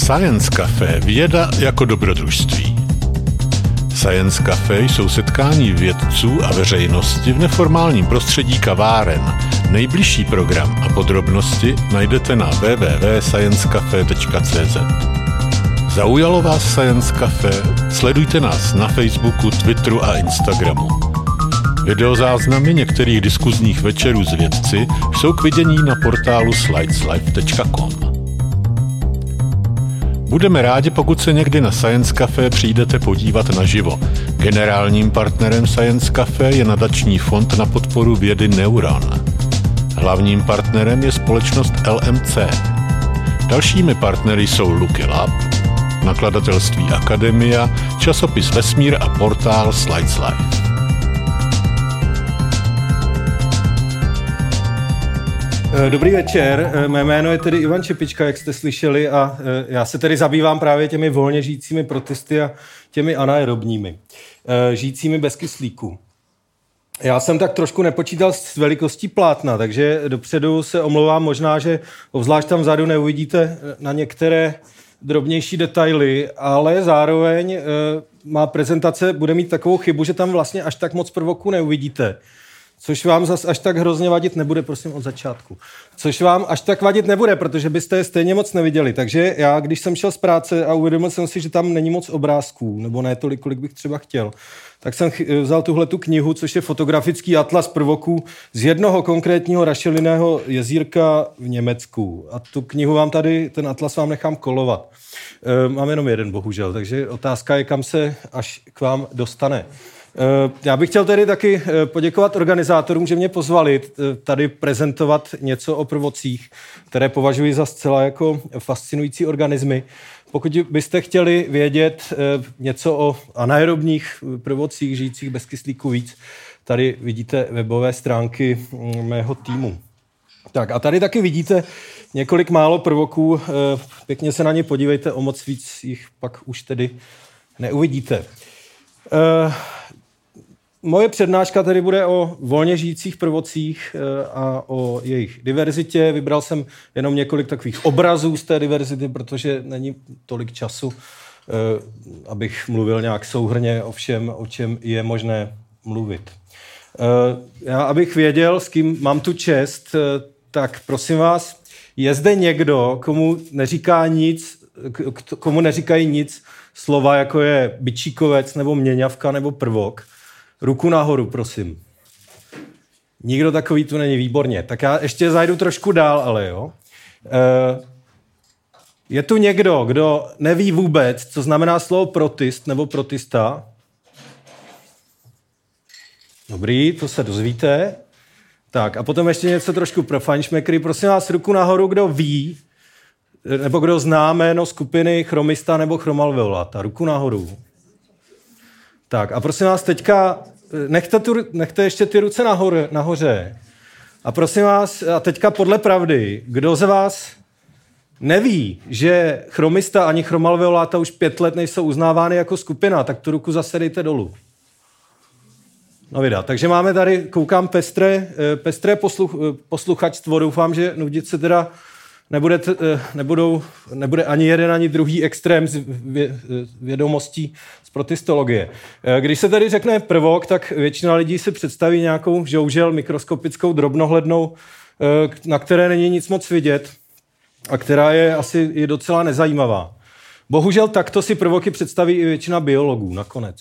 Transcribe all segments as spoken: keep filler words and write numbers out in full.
Science Café, věda jako dobrodružství. Science Café jsou setkání vědců a veřejnosti v neformálním prostředí kaváren. Nejbližší program a podrobnosti najdete na w w w tečka science cafe tečka c z. Zaujalo vás Science Café? Sledujte nás na Facebooku, Twitteru a Instagramu. Videozáznamy některých diskuzních večerů s vědci jsou k vidění na portálu slides live tečka com. Budeme rádi, pokud se někdy na Science Café přijdete podívat naživo. Generálním partnerem Science Café je nadační fond na podporu vědy Neuron. Hlavním partnerem je společnost L M C. Dalšími partnery jsou Lucky Lab, nakladatelství Akademia, časopis Vesmír a portál Slides Live. Dobrý večer, mé jméno je tedy Ivan Čepička, jak jste slyšeli, a já se tedy zabývám právě těmi volně žijícími protysty a těmi anaerobními, žijícími bez kyslíku. Já jsem tak trošku nepočítal s velikostí plátna, takže dopředu se omlouvám, možná, že obzvlášť tam vzadu neuvidíte na některé drobnější detaily, ale zároveň má prezentace bude mít takovou chybu, že tam vlastně až tak moc prvoků neuvidíte. Což vám zas až tak hrozně vadit nebude, prosím, od začátku. Což vám až tak vadit nebude, protože byste je stejně moc neviděli. Takže já, když jsem šel z práce a uvědomil jsem si, že tam není moc obrázků, nebo ne tolik, kolik bych třeba chtěl, tak jsem vzal tuhletu knihu, což je fotografický atlas prvoků z jednoho konkrétního rašelinného jezírka v Německu. A tu knihu vám tady, ten atlas vám nechám kolovat. E, mám jenom jeden, bohužel, takže otázka je, kam se až k vám dostane. Já bych chtěl tedy taky poděkovat organizátorům, že mě pozvali tady prezentovat něco o prvocích, které považuji za zcela jako fascinující organismy. Pokud byste chtěli vědět něco o anaerobních prvocích žijících bez kyslíku víc, tady vidíte webové stránky mého týmu. Tak a tady taky vidíte několik málo prvoků, pěkně se na ně podívejte, o moc víc jich pak už tedy neuvidíte. Moje přednáška tedy bude o volně žijících prvocích a o jejich diverzitě. Vybral jsem jenom několik takových obrazů z té diverzity, protože není tolik času, abych mluvil nějak souhrnně o všem, o čem je možné mluvit. Já, abych věděl, s kým mám tu čest, tak prosím vás, je zde někdo, komu neříká nic, komu neříkají nic slova, jako je bičíkovec, nebo měňavka, nebo prvok. Ruku nahoru, prosím. Nikdo takový tu není, výborně. Tak já ještě zajdu trošku dál, ale jo. Je tu někdo, kdo neví vůbec, co znamená slovo protist nebo protista? Dobrý, to se dozvíte. Tak a potom ještě něco trošku pro fajnšmekry. Prosím vás, ruku nahoru, kdo ví, nebo kdo zná jméno skupiny chromista nebo chromalveolata. Ruku nahoru. Tak a prosím vás, teďka nechte, tu, nechte ještě ty ruce nahoře, nahoře. A prosím vás, a teďka podle pravdy, kdo z vás neví, že chromista ani chromalveolata už pět let nejsou uznávány jako skupina, tak tu ruku zase dejte dolů. No videa. Takže máme tady, koukám, pestré, pestré posluch, posluchačstvo. Doufám, že nudit se teda Nebude, nebudou, nebude ani jeden, ani druhý extrém z vědomostí z protistologie. Když se tady řekne prvok, tak většina lidí si představí nějakou žoužel mikroskopickou drobnohlednou, na které není nic moc vidět a která je asi i docela nezajímavá. Bohužel takto si prvoky představí i většina biologů nakonec.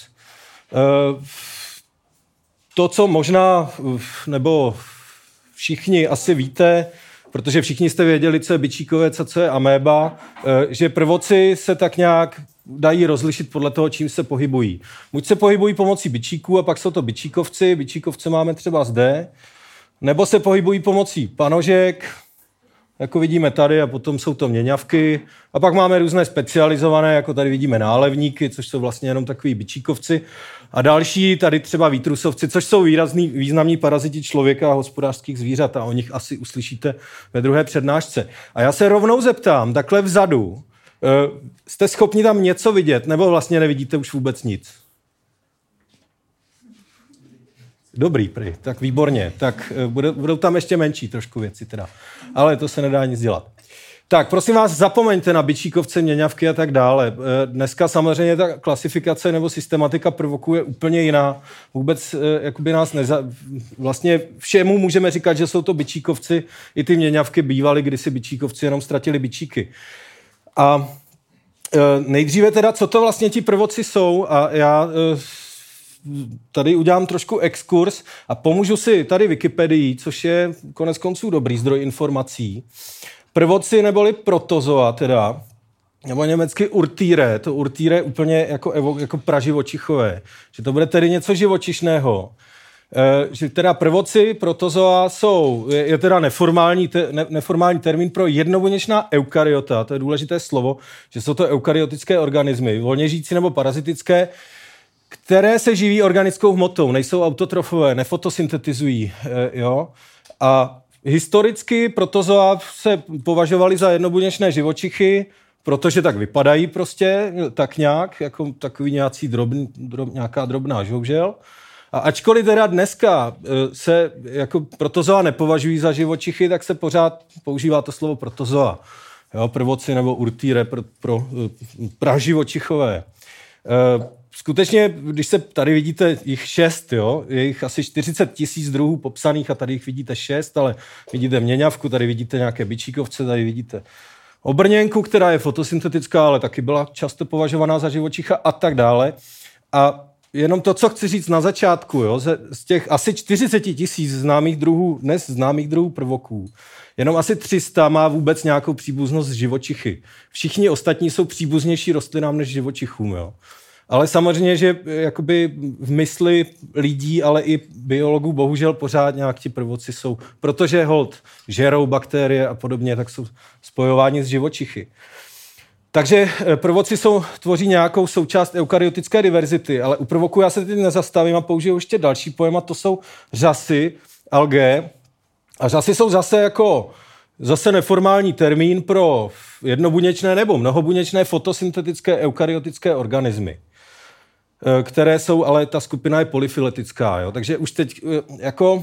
To, co možná, nebo všichni asi víte, protože všichni jste věděli, co je bičíkovec a co je améba, že prvoci se tak nějak dají rozlišit podle toho, čím se pohybují. Buď se pohybují pomocí bičíků a pak jsou to bičíkovci, bičíkovce máme třeba zde, nebo se pohybují pomocí panožek, jako vidíme tady, a potom jsou to měňavky, a pak máme různé specializované, jako tady vidíme nálevníky, což jsou vlastně jenom takový bičíkovci, a další, tady třeba výtrusovci, což jsou výrazný, významní paraziti člověka a hospodářských zvířat, a o nich asi uslyšíte ve druhé přednášce. A já se rovnou zeptám, takhle vzadu, jste schopni tam něco vidět, nebo vlastně nevidíte už vůbec nic? Dobrý, prý, tak výborně. Tak budou tam ještě menší trošku věci teda. Ale to se nedá nic dělat. Tak, prosím vás, zapomeňte na bičíkovce, měňavky a tak dále. Dneska samozřejmě ta klasifikace nebo systematika prvoků je úplně jiná. Vůbec jakoby nás neza... Vlastně všemu můžeme říkat, že jsou to bičíkovci. I ty měňavky bývaly, kdysi bičíkovci jenom ztratili bičíky. A nejdříve teda, co to vlastně ti prvoci jsou, a já tady udělám trošku exkurs a pomůžu si tady Wikipedii, což je konec konců dobrý zdroj informací. Prvoci neboli protozoa teda, nebo německy urtíre, to urtíre je úplně jako, evo, jako praživočichové, že to bude tedy něco živočišného. E, že teda prvoci protozoa jsou, je, je teda neformální, te, ne, neformální termín pro jednobuněčná eukaryota, to je důležité slovo, že jsou to eukaryotické organismy, volně žijící nebo parazitické, které se živí organickou hmotou, nejsou autotrofové, nefotosyntetizují, e, jo, a historicky protozoa se považovali za jednobuněčné živočichy, protože tak vypadají prostě, tak nějak, jako takový nějací drobn, drob, nějaká drobná žoužel. A ačkoliv teda dneska se jako protozoa nepovažují za živočichy, tak se pořád používá to slovo protozoa. Jo, prvoci nebo urtíre pro, pro praživočichové. Skutečně, když se tady vidíte jich šest, jo, je jich asi čtyřicet tisíc druhů popsaných a tady jich vidíte šest, ale vidíte měňavku, tady vidíte nějaké bičíkovce, tady vidíte obrněnku, která je fotosyntetická, ale taky byla často považovaná za živočicha a tak dále. A jenom to, co chci říct na začátku, jo, z těch asi čtyřicet tisíc známých druhů, dnes známých druhů prvoků, jenom asi tři sta má vůbec nějakou příbuznost s živočichy. Všichni ostatní jsou příbuznější rostlinám než živočichům, jo. Ale samozřejmě, že jakoby v mysli lidí, ale i biologů bohužel pořád nějak ti prvoci jsou, protože hold žerou bakterie a podobně, tak jsou spojováni s živočichy. Takže prvoci jsou, tvoří nějakou součást eukaryotické diverzity, ale u prvoků já se teď nezastavím a použiju ještě další pojem, a to jsou řasy, algae. A řasy jsou zase jako zase neformální termín pro jednobuněčné nebo mnohobuněčné fotosyntetické eukaryotické organismy, které jsou, ale ta skupina je polyfiletická. Jo? Takže už teď, jako,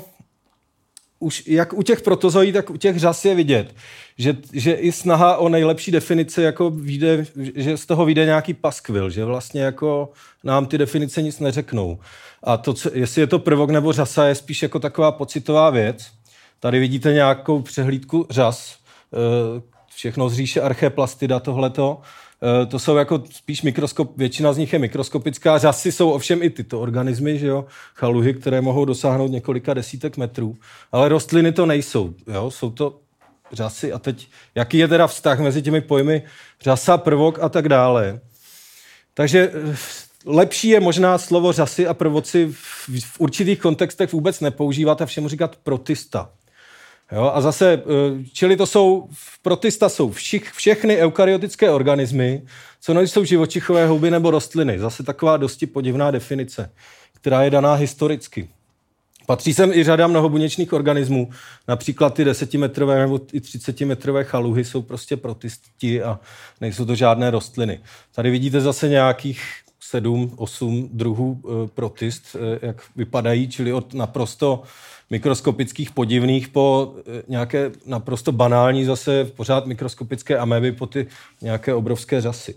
už jak u těch protozoí, tak u těch řas je vidět, že, že i snaha o nejlepší definici, jako vyjde, že z toho vyjde nějaký paskvil, že vlastně jako nám ty definice nic neřeknou. A to, co, jestli je to prvok nebo řasa, je spíš jako taková pocitová věc. Tady vidíte nějakou přehlídku řas, všechno z říše Archeplastida tohleto. To jsou jako spíš mikroskop, většina z nich je mikroskopická. Řasy jsou ovšem i tyto organismy, že jo, chaluhy, které mohou dosáhnout několika desítek metrů. Ale rostliny to nejsou, jo, jsou to řasy. A teď, jaký je teda vztah mezi těmi pojmy řasa, prvok a tak dále. Takže lepší je možná slovo řasy a prvoci v, v určitých kontextech vůbec nepoužívat a všemu říkat protista. Jo, a zase, čili to jsou, protista jsou všich, všechny eukaryotické organismy, co nejsou živočichové houby nebo rostliny. Zase taková dosti podivná definice, která je daná historicky. Patří sem i řada mnohobuněčných organismů, například ty desetimetrové nebo i třicetimetrové chaluhy jsou prostě protisti a nejsou to žádné rostliny. Tady vidíte zase nějakých sedm, osm druhů e, protist, e, jak vypadají, čili od naprosto mikroskopických podivných po e, nějaké naprosto banální zase pořád mikroskopické ameby po ty nějaké obrovské řasy.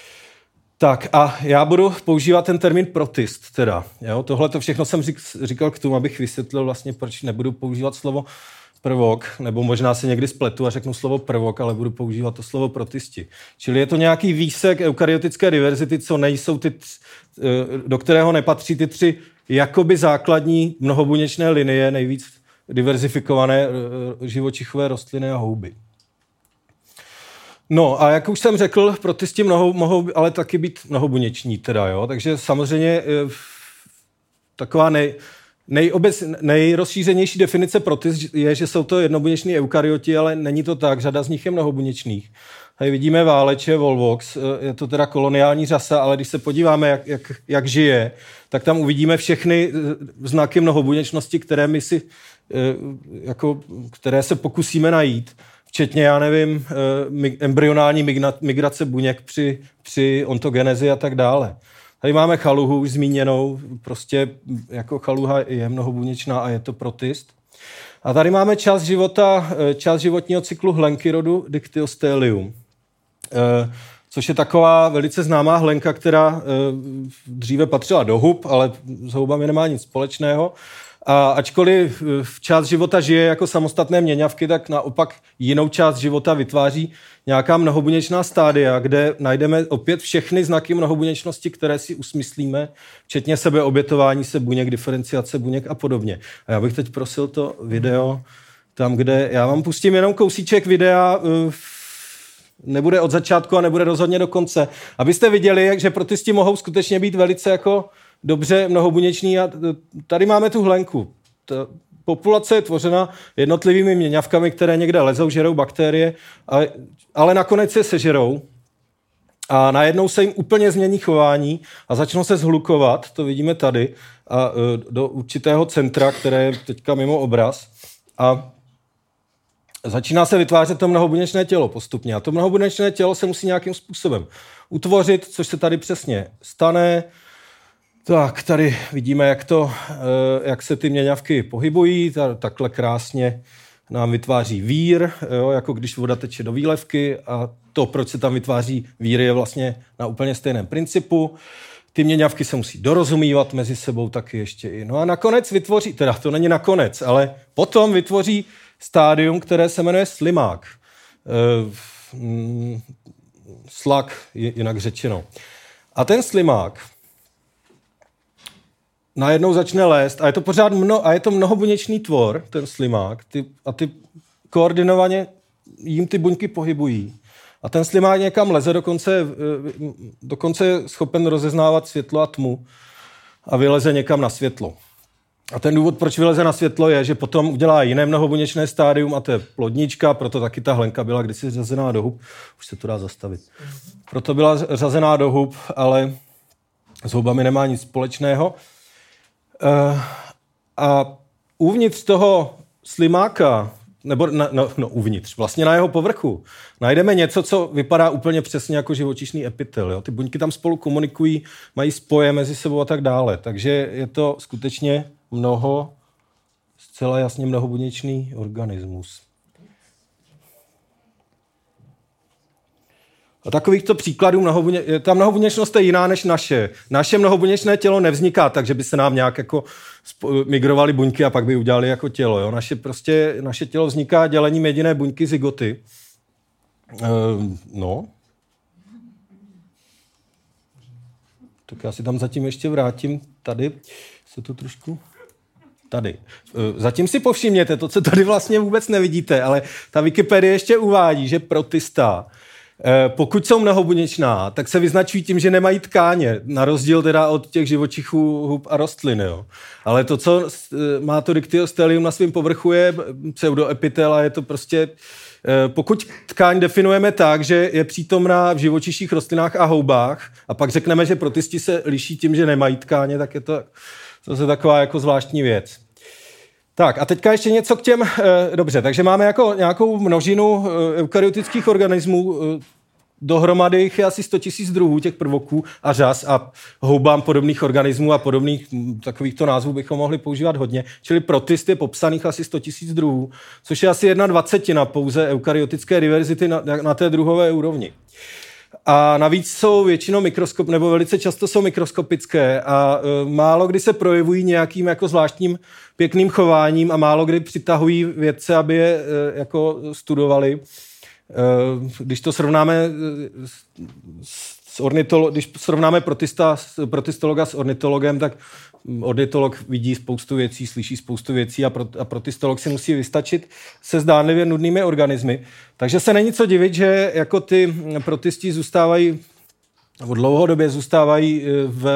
Tak a já budu používat ten termín protist teda. Tohle to všechno jsem řík, říkal k tomu, abych vysvětlil vlastně, proč nebudu používat slovo prvok, nebo možná se někdy spletu a řeknu slovo prvok, ale budu používat to slovo protisti. Čili je to nějaký výsek eukaryotické diverzity, co nejsou ty, do kterého nepatří ty tři jakoby základní mnohobuněčné linie, nejvíc diverzifikované živočichové rostliny a houby. No a jak už jsem řekl, protisti mohou, mohou ale taky být mnohobuněční teda, jo. Takže samozřejmě taková nej, nejobec, nejrozšířenější definice protist je, že jsou to jednobuněční eukaryoti, ale není to tak, řada z nich je mnohobuněčných. Tady vidíme váleče, volvox, je to teda koloniální řasa, ale když se podíváme, jak, jak, jak žije, tak tam uvidíme všechny znaky mnohobuněčnosti, které my si, jako, které se pokusíme najít. Včetně, já nevím, embryonální migrace buněk při, při ontogenezi a tak dále. Tady máme chaluhu už zmíněnou, prostě jako chaluha je mnohobuněčná a je to protist. A tady máme část života, část životního cyklu hlenky rodu Dictyostelium, což je taková velice známá hlenka, která dříve patřila do hub, ale s houbami nemá nic společného. A ačkoliv v část života žije jako samostatné měňavky, tak naopak jinou část života vytváří nějaká mnohobuněčná stádia, kde najdeme opět všechny znaky mnohobuněčnosti, které si usmyslíme, včetně sebeobětování se buněk, diferenciace buněk a podobně. A já bych teď prosil to video tam, kde já vám pustím jenom kousíček videa, nebude od začátku a nebude rozhodně do konce, abyste viděli, že protisti mohou skutečně být velice jako dobře mnohobuněční a tady máme tu hlenku. Ta populace je tvořena jednotlivými měňavkami, které někde lezou, žerou bakterie, ale, ale nakonec se sežerou a najednou se jim úplně změní chování a začnou se zhlukovat, to vidíme tady, a do určitého centra, které je teďka mimo obraz a začíná se vytvářet to mnohobuněčné tělo postupně a to mnohobuněčné tělo se musí nějakým způsobem utvořit, což se tady přesně stane. Tak, tady vidíme, jak, to, jak se ty měňavky pohybují, takhle krásně nám vytváří vír, jo, jako když voda teče do výlevky a to, proč se tam vytváří vír, je vlastně na úplně stejném principu. Ty měňavky se musí dorozumívat mezi sebou taky ještě i. No a nakonec vytvoří, teda to není nakonec, ale potom vytvoří stádium, které se jmenuje slimák. E, mm, slak, jinak řečeno. A ten slimák najednou začne lézt a je to pořád mno, a je to mnohobuněčný tvor, ten slimák, ty, a ty koordinovaně jim ty buňky pohybují. A ten slimák někam leze, dokonce, dokonce je schopen rozeznávat světlo a tmu a vyleze někam na světlo. A ten důvod, proč vyleze na světlo, je, že potom udělá jiné mnohobuněčné stádium a to je plodnička, proto taky ta hlenka byla kdysi řazená do hub. Už se to dá zastavit. Proto byla řazená do hub, ale s hubami nemá nic společného. Uh, a uvnitř toho slimáka, nebo na, no, no uvnitř, vlastně na jeho povrchu, najdeme něco, co vypadá úplně přesně jako živočišný epitel. Jo? Ty buňky tam spolu komunikují, mají spoje mezi sebou a tak dále. Takže je to skutečně mnoho, zcela jasně mnohobuněčný organismus. A takovýchto příkladů mnohobuně, ta mnohobuněčnost je jiná než naše. Naše mnohobuněčné tělo nevzniká tak, že by se nám nějak jako migrovali buňky a pak by udělali jako tělo. Jo? Naše, prostě, naše tělo vzniká dělením jediné buňky zygoty. E, no. Tak já si tam zatím ještě vrátím. Tady se to trošku... Tady. Zatím si povšimněte to, co tady vlastně vůbec nevidíte, ale ta Wikipedie ještě uvádí, že protista, pokud jsou mnohobuněčná, tak se vyznačují tím, že nemají tkáně, na rozdíl teda od těch živočichů, hub a rostlin. Jo. Ale to, co má to Dictyostelium na svém povrchu, je pseudoepitel a je to prostě... Pokud tkáň definujeme tak, že je přítomná v živočiších, rostlinách a houbách a pak řekneme, že protisti se liší tím, že nemají tkáně, tak je to, to je taková jako zvláštní věc. Tak a teďka ještě něco k těm, e, dobře, takže máme jako nějakou množinu e, eukaryotických organismů, e, dohromady jich je asi sto tisíc druhů těch prvoků a řas a houbám podobných organismů a podobných m, takovýchto názvů bychom mohli používat hodně, čili protist je popsaných asi sto tisíc druhů, což je asi jedna dvacetina pouze eukaryotické diverzity na, na té druhové úrovni. A navíc jsou většinou mikroskop, nebo velice často jsou mikroskopické a e, málo kdy se projevují nějakým jako zvláštním pěkným chováním a málo kdy přitahují vědce, aby je e, jako studovali. E, když to srovnáme s, s ornitolo- když srovnáme protista, protistologa s ornitologem, tak ornitolog vidí spoustu věcí, slyší spoustu věcí a, pro, a protistolog si musí vystačit se zdánlivě nudnými organismy. Takže se není co divit, že jako ty protisti zůstávají, nebo dlouhodobě zůstávají v,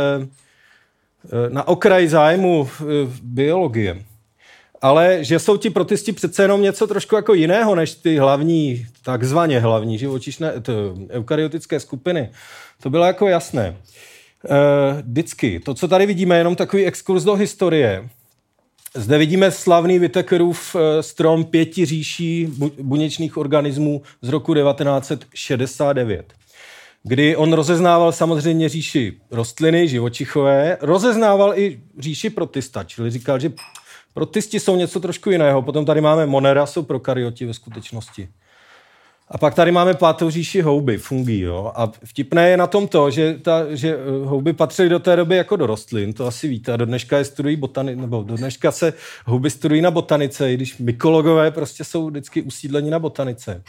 na okraji zájmu biologie. Ale že jsou ti protisti přece jenom něco trošku jako jiného, než ty hlavní, takzvaně hlavní živočišné, eukaryotické skupiny. To bylo jako jasné. Vždycky. To, co tady vidíme, je jenom takový exkurs do historie. Zde vidíme slavný Whittakerův strom pěti říší buněčných organismů z roku devatenáct set šedesát devět, kdy on rozeznával samozřejmě říši rostliny, živočichové, rozeznával i říši protista, čili říkal, že Protisti jsou něco trošku jiného. Potom tady máme monera, jsou prokaryoti ve skutečnosti. A pak tady máme pátou říši houby, fungi. Jo? A vtipné je na tom to, že, ta, že houby patřily do té doby jako do rostlin, to asi víte. A do dneška je studují botani, nebo do dneška se houby studují na botanice, i když mykologové prostě jsou vždycky usídleni na botanice.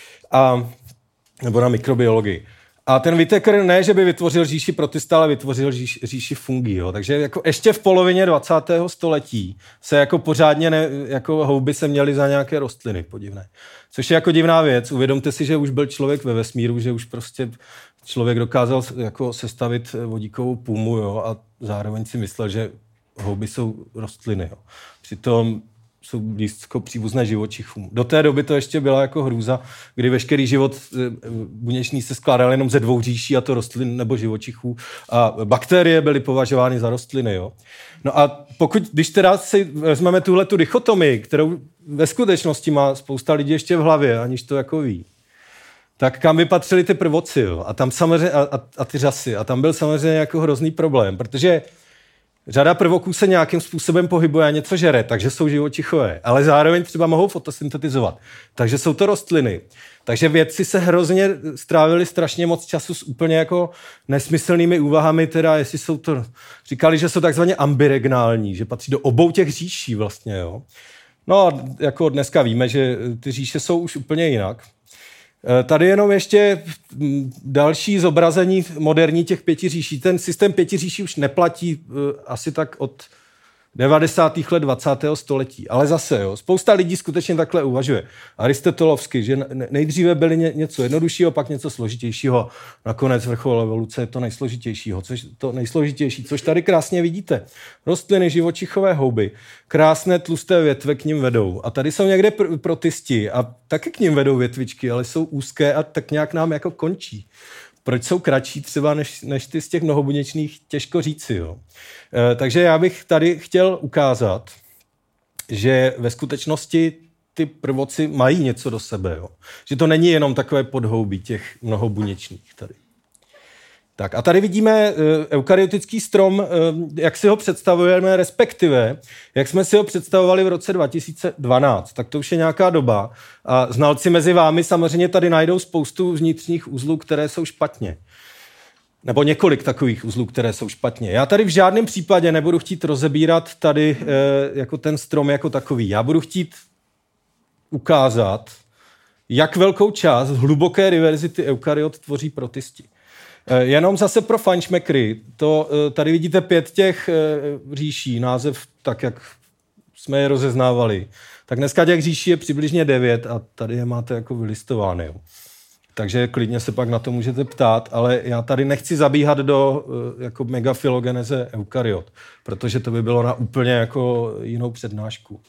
A, nebo na mikrobiologii. A ten Whittaker ne, že by vytvořil říši protista, ale vytvořil říši, říši fungi. Jo. Takže jako ještě v polovině dvacátého století se jako pořádně ne, jako houby se měly za nějaké rostliny, podivné. Což je jako divná věc. Uvědomte si, že už byl člověk ve vesmíru, že už prostě člověk dokázal jako sestavit vodíkovou půmu, jo, a zároveň si myslel, že houby jsou rostliny. Jo. Přitom jsou blízko příbuzné živočichům. Do té doby to ještě byla jako hrůza, kdy veškerý život buněčný se skládal jenom ze dvou říší, a to rostlin nebo živočichů, a bakterie byly považovány za rostliny. Jo. No a pokud, když teda si vezmeme tuhle tu dichotomii, kterou ve skutečnosti má spousta lidí ještě v hlavě, aniž to jako ví, tak kam by patřili ty prvoci, jo? A tam samozřejmě, a, a, a ty řasy, a tam byl samozřejmě jako hrozný problém, protože řada prvoků se nějakým způsobem pohybuje a něco žere, takže jsou živočichové, ale zároveň třeba mohou fotosyntetizovat, takže jsou to rostliny. Takže vědci se hrozně strávili strašně moc času s úplně jako nesmyslnými úvahami, teda jestli jsou to, říkali, že jsou takzvaně ambiregnální, že patří do obou těch říší vlastně, jo. No a jako dneska víme, že ty říše jsou už úplně jinak. Tady jenom ještě další zobrazení moderní těch pěti říší. Ten systém pěti říší už neplatí asi tak od devadesátých let dvacátého století. Ale zase, jo, spousta lidí skutečně takhle uvažuje. Aristotelovsky, že nejdříve byly něco jednoduššího, pak něco složitějšího. Nakonec vrchol evoluce je to nejsložitějšího, což to nejsložitější, což tady krásně vidíte. Rostliny, živočichové houby, krásné tlusté větve k nim vedou. A tady jsou někde pr- protisti a taky k nim vedou větvičky, ale jsou úzké a tak nějak nám jako končí. Proč jsou kratší třeba než, než ty z těch mnohobuněčných, těžko říci. Jo. E, takže já bych tady chtěl ukázat, že ve skutečnosti ty prvoci mají něco do sebe. Jo. Že to není jenom takové podhoubí těch mnohobuněčných tady. Tak a tady vidíme eukaryotický strom, jak si ho představujeme, respektive jak jsme si ho představovali v roce dva tisíce dvanáct. Tak to už je nějaká doba. A znalci mezi vámi samozřejmě tady najdou spoustu vnitřních uzlů, které jsou špatně. Nebo několik takových uzlů, které jsou špatně. Já tady v žádném případě nebudu chtít rozebírat tady jako ten strom jako takový. Já budu chtít ukázat, jak velkou část hluboké diverzity eukaryot tvoří protisti. Jenom zase pro fajnšmekry, to tady vidíte pět těch říší, název tak, jak jsme je rozeznávali. Tak dneska těch říší je přibližně devět a tady je máte jako vylistovány. Jo. Takže klidně se pak na to můžete ptát, ale já tady nechci zabíhat do jako megafilogeneze eukaryot, protože to by bylo na úplně jako jinou přednášku.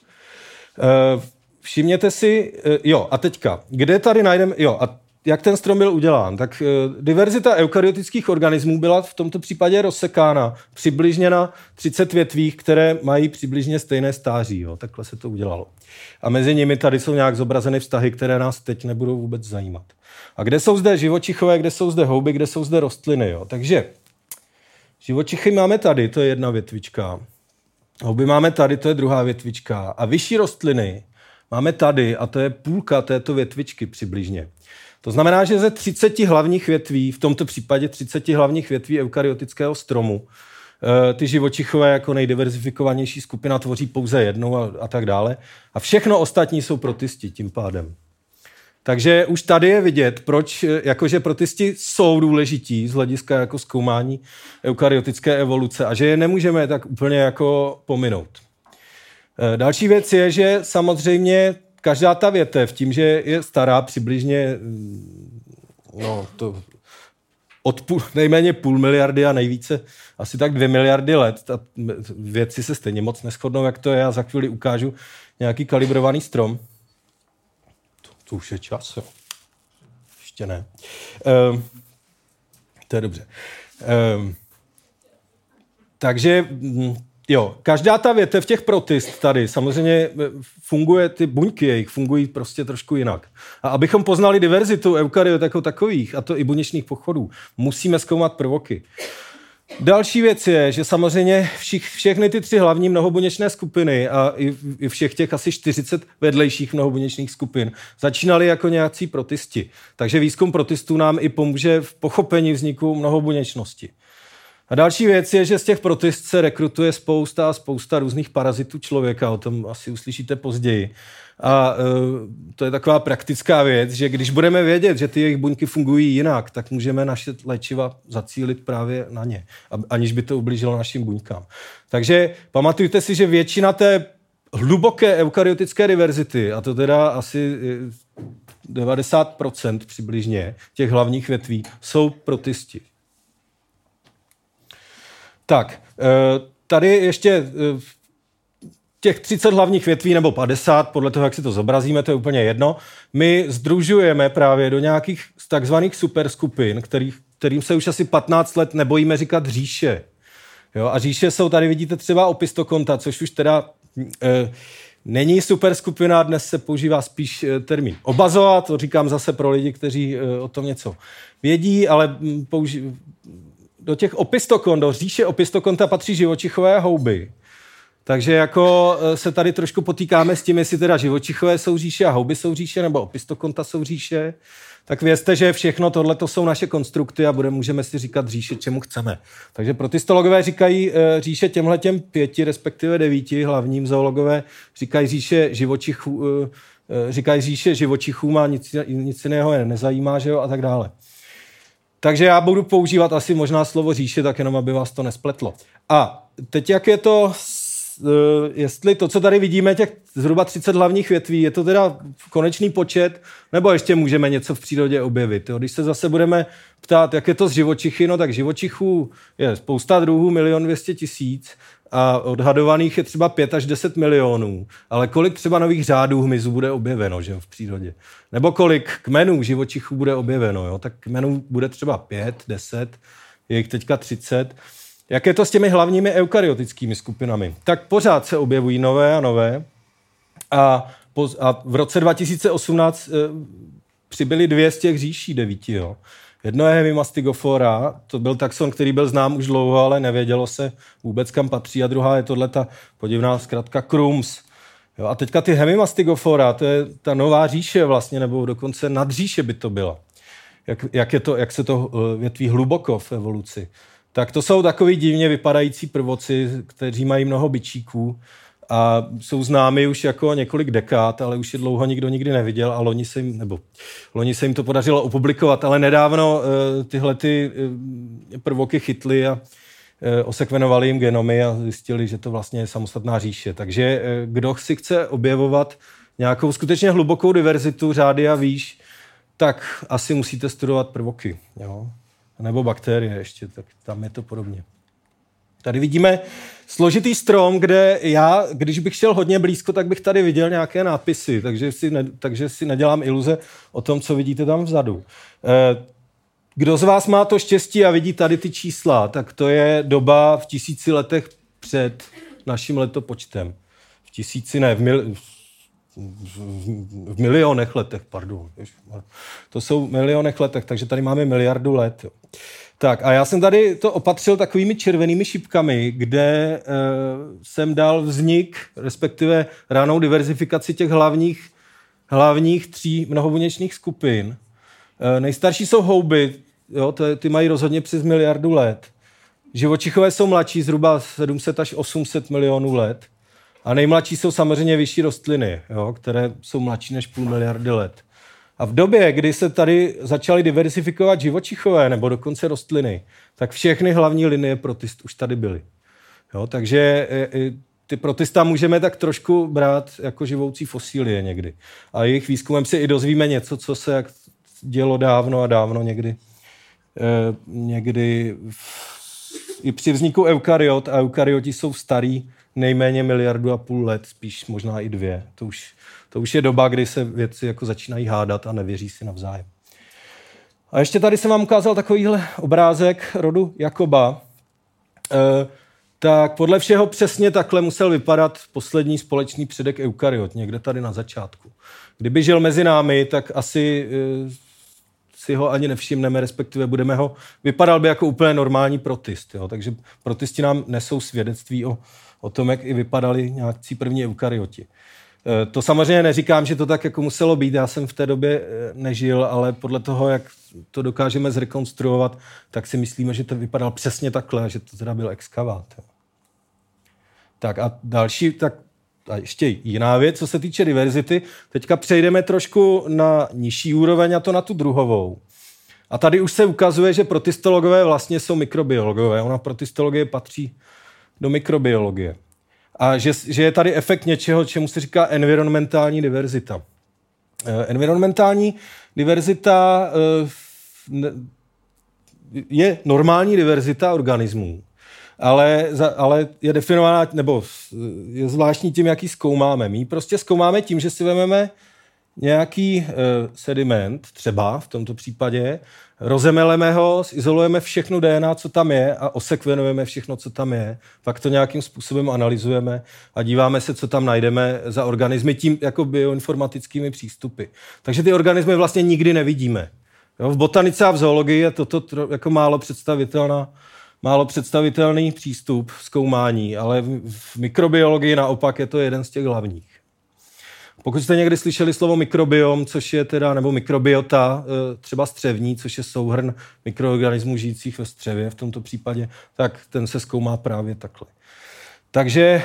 Všimněte si, jo, a teďka, kde tady najdeme, jo, a jak ten strom byl udělán, tak diverzita eukaryotických organismů byla v tomto případě rozsekána přibližně na třicet větví, které mají přibližně stejné stáří. Jo. Takhle se to udělalo. A mezi nimi tady jsou nějak zobrazeny vztahy, které nás teď nebudou vůbec zajímat. A kde jsou zde živočichové, kde jsou zde houby, kde jsou zde rostliny. Jo. Takže živočichy máme tady, to je jedna větvička. Houby máme tady, to je druhá větvička. A vyšší rostliny máme tady, a to je půlka této větvičky přibližně. To znamená, že ze třiceti hlavních větví, v tomto případě třiceti hlavních větví eukaryotického stromu, ty živočichové jako nejdiverzifikovanější skupina tvoří pouze jednou a, a tak dále. A všechno ostatní jsou protisti tím pádem. Takže už tady je vidět, proč, jakože protisti jsou důležití z hlediska jako zkoumání eukaryotické evoluce a že je nemůžeme tak úplně jako pominout. Další věc je, že samozřejmě každá ta větev, tím, že je stará přibližně no, to, od půl, nejméně půl miliardy a nejvíce asi tak dvě miliardy let, a vědci se stejně moc neshodnou, jak to je, já za chvíli ukážu nějaký kalibrovaný strom. To, to už je čas, jo. Ještě ne. Um, to je dobře. Um, takže jo, každá ta větev těch protist tady samozřejmě funguje, ty buňky jejich fungují prostě trošku jinak. A abychom poznali diverzitu eukaryot jako takových, a to i buněčných pochodů, musíme zkoumat prvoky. Další věc je, že samozřejmě všich, všechny ty tři hlavní mnohobuněčné skupiny a i, i všech těch asi čtyřicet vedlejších mnohobuněčných skupin začínaly jako nějací protisti. Takže výzkum protistů nám i pomůže v pochopení vzniku mnohobuněčnosti. A další věc je, že z těch protist se rekrutuje spousta a spousta různých parazitů člověka, o tom asi uslyšíte později. A e, to je taková praktická věc, že když budeme vědět, že ty jejich buňky fungují jinak, tak můžeme naše léčiva zacílit právě na ně, aniž by to ublížilo našim buňkám. Takže pamatujte si, že většina té hluboké eukaryotické diverzity, a to teda asi devadesát procent přibližně těch hlavních větví, jsou protisti. Tak, tady ještě těch třicet hlavních větví nebo padesát, podle toho, jak si to zobrazíme, to je úplně jedno, my sdružujeme právě do nějakých takzvaných superskupin, kterých, kterým se už asi patnáct let nebojíme říkat říše. Jo, a říše jsou, tady vidíte třeba opistokonta, což už teda e, není superskupina, dnes se používá spíš e, termín obazoa, to říkám zase pro lidi, kteří e, o tom něco vědí, ale použi- do těch opistokont, do říše opistokonta patří živočichové houby. Takže jako se tady trošku potýkáme s tím, jestli teda živočichové jsou říše a houby jsou říše, nebo opistokonta jsou říše. Tak vězte, že všechno tohle to jsou naše konstrukty a bude, můžeme si říkat říše, čemu chceme. Takže protistologové říkají e, říše těmhletěm pěti, respektive devíti, hlavním zoologové říkají říše živočichů, e, říkají říše živočichům a nic, nic jiného je nezajímá, že jo, a tak dále. Takže já budu používat asi možná slovo říše, tak jenom, aby vás to nespletlo. A teď jak je to, jestli to, co tady vidíme, těch zhruba třicet hlavních větví, je to teda konečný počet, nebo ještě můžeme něco v přírodě objevit. Jo? Když se zase budeme ptát, jak je to s živočichy, no tak živočichů je spousta druhů, milion dvěstě tisíc a odhadovaných je třeba pět až deset milionů. Ale kolik třeba nových řádů hmyzu bude objeveno, že jo, v přírodě? Nebo kolik kmenů živočichů bude objeveno, jo? Tak kmenů bude třeba pět, deset, je jich teďka třicet. Jak je to s těmi hlavními eukaryotickými skupinami? Tak pořád se objevují nové a nové. A, po, a v roce dva tisíce osmnáct e, přibyly dvě z těch říší devíti. Jo. Jedno je Hemimastigofora, to byl taxon, který byl znám už dlouho, ale nevědělo se vůbec, kam patří. A druhá je tohleta podivná zkratka Krums. Jo, a teďka ty Hemimastigofora, to je ta nová říše vlastně, nebo dokonce nadříše by to byla. Jak, jak, je to, jak se to větví hluboko v evoluci. Tak to jsou takový divně vypadající prvoci, kteří mají mnoho bičíků a jsou známi už jako několik dekád, ale už je dlouho nikdo nikdy neviděl a loni se jim, nebo loni se jim to podařilo opublikovat, ale nedávno uh, tyhle ty uh, prvoky chytli a uh, osekvenovali jim genomy a zjistili, že to vlastně je samostatná říše. Takže uh, kdo si chce objevovat nějakou skutečně hlubokou diverzitu řády a výš, tak asi musíte studovat prvoky, jo? Nebo bakterie ještě, tak tam je to podobně. Tady vidíme složitý strom, kde já, když bych šel hodně blízko, tak bych tady viděl nějaké nápisy, takže si, ne, takže si nedělám iluze o tom, co vidíte tam vzadu. Kdo z vás má to štěstí a vidí tady ty čísla, tak to je doba v tisíci letech před naším letopočtem. V tisíci, ne, v mil... v milionech letech, pardon. To jsou milionech letech, takže tady máme miliardu let. Jo. Tak a já jsem tady to opatřil takovými červenými šipkami, kde e, jsem dal vznik, respektive ranou diverzifikaci těch hlavních, hlavních tří mnohobuněčných skupin. E, nejstarší jsou houby, jo, to, ty mají rozhodně přes miliardu let. Živočichové jsou mladší, zhruba sedm set až osm set milionů let. A nejmladší jsou samozřejmě vyšší rostliny, jo, které jsou mladší než půl miliardy let. A v době, kdy se tady začaly diversifikovat živočichové nebo dokonce rostliny, tak všechny hlavní linie protist už tady byly. Jo, takže ty protista můžeme tak trošku brát jako živoucí fosílie někdy. A jejich výzkumem si i dozvíme něco, co se jak dělo dávno a dávno někdy. Eh, někdy v, i při vzniku eukaryot, a eukaryoti jsou starý nejméně miliardu a půl let, spíš možná i dvě. To už, to už je doba, kdy se vědci jako začínají hádat a nevěří si navzájem. A ještě tady jsem vám ukázal takovýhle obrázek rodu Jakoba. E, tak podle všeho přesně takhle musel vypadat poslední společný předek eukaryot, někde tady na začátku. Kdyby žil mezi námi, tak asi e, si ho ani nevšimneme, respektive budeme ho, vypadal by jako úplně normální protist. Jo? Takže protisti nám nesou svědectví o, o tom, jak i vypadali nějakí první eukaryoti. To samozřejmě neříkám, že to tak jako muselo být, já jsem v té době nežil, ale podle toho, jak to dokážeme zrekonstruovat, tak si myslíme, že to vypadalo přesně takhle, že to teda byl exkavát. Tak a další, tak a ještě jiná věc, co se týče diverzity. Teďka přejdeme trošku na nižší úroveň, a to na tu druhovou. A tady už se ukazuje, že protistologové vlastně jsou mikrobiologové. Ona protistologie patří do mikrobiologie. A že, že je tady efekt něčeho, čemu se říká environmentální diverzita. Environmentální diverzita je normální diverzita organismů, ale, ale je definovaná, nebo je zvláštní tím, jaký zkoumáme. My prostě zkoumáme tím, že si vezmeme nějaký eh, sediment, třeba v tomto případě, rozemeleme ho, izolujeme všechno D N A, co tam je, a osekvenujeme všechno, co tam je. Pak to nějakým způsobem analyzujeme a díváme se, co tam najdeme za organismy tím jako bioinformatickými přístupy. Takže ty organismy vlastně nikdy nevidíme. Jo, v botanice a v zoologii je toto jako málo představitelná málo představitelný přístup zkoumání, ale v mikrobiologii naopak je to jeden z těch hlavních. Pokud jste někdy slyšeli slovo mikrobiom, což je teda, nebo mikrobiota, třeba střevní, což je souhrn mikroorganismů žijících ve střevě v tomto případě, tak ten se zkoumá právě takhle. Takže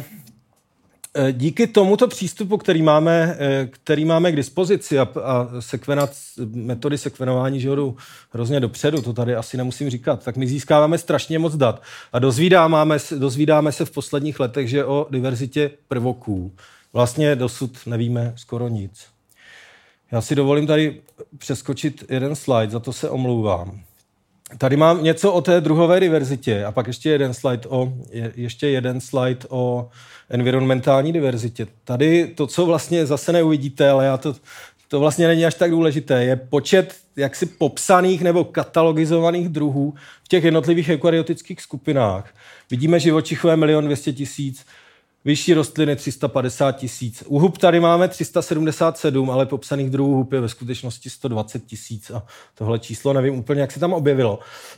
díky tomuto přístupu, který máme, který máme k dispozici a, a sekvenat, metody sekvenování, že jdou hrozně dopředu, to tady asi nemusím říkat, tak my získáváme strašně moc dat a dozvídáme, dozvídáme se v posledních letech, že o diverzitě prvoků vlastně dosud nevíme skoro nic. Já si dovolím tady přeskočit jeden slide, za to se omlouvám. Tady mám něco o té druhové diverzitě a pak ještě jeden slide o, je, ještě jeden slide o environmentální diverzitě. Tady to, co vlastně zase neuvidíte, ale já to, to vlastně není až tak důležité, je počet jaksi popsaných nebo katalogizovaných druhů v těch jednotlivých eukaryotických skupinách. Vidíme živočichové milion dvě stě tisíc, vyšší rostliny tři sta padesát tisíc. U hub tady máme tři sta sedmdesát sedm, ale popsaných druhů hub je ve skutečnosti sto dvacet tisíc a tohle číslo nevím úplně, jak se tam objevilo.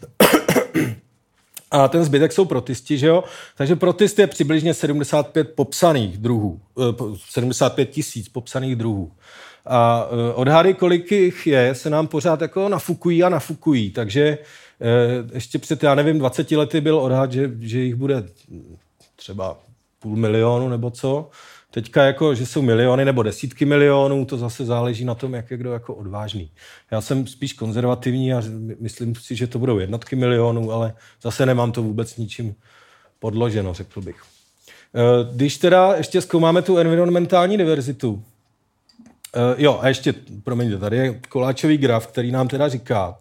A ten zbytek jsou protisti, že jo? Takže protist je přibližně sedmdesát pět popsaných druhů, sedmdesát pět tisíc popsaných druhů. A odhady, kolik jich je, se nám pořád jako nafukují a nafukují. Takže ještě před, já nevím, dvaceti lety byl odhad, že, že jich bude třeba půl milionu nebo co. Teďka jako, že jsou miliony nebo desítky milionů, to zase záleží na tom, jak je kdo jako odvážný. Já jsem spíš konzervativní a myslím si, že to budou jednotky milionů, ale zase nemám to vůbec ničím podloženo, řekl bych. Když teda ještě zkoumáme tu environmentální diverzitu, jo, a ještě, promiňte, tady je koláčový graf, který nám teda říká,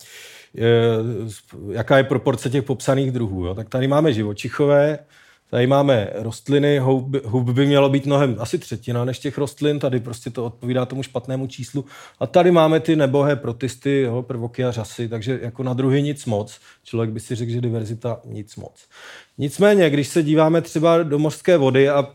jaká je proporce těch popsaných druhů. Jo? Tak tady máme živočichové, tady máme rostliny, hub, hub by mělo být mnohem asi třetina než těch rostlin, tady prostě to odpovídá tomu špatnému číslu. A tady máme ty nebohé protisty, jo, prvoky a řasy, takže jako na druhy nic moc. Člověk by si řekl, že diverzita nic moc. Nicméně, když se díváme třeba do mořské vody a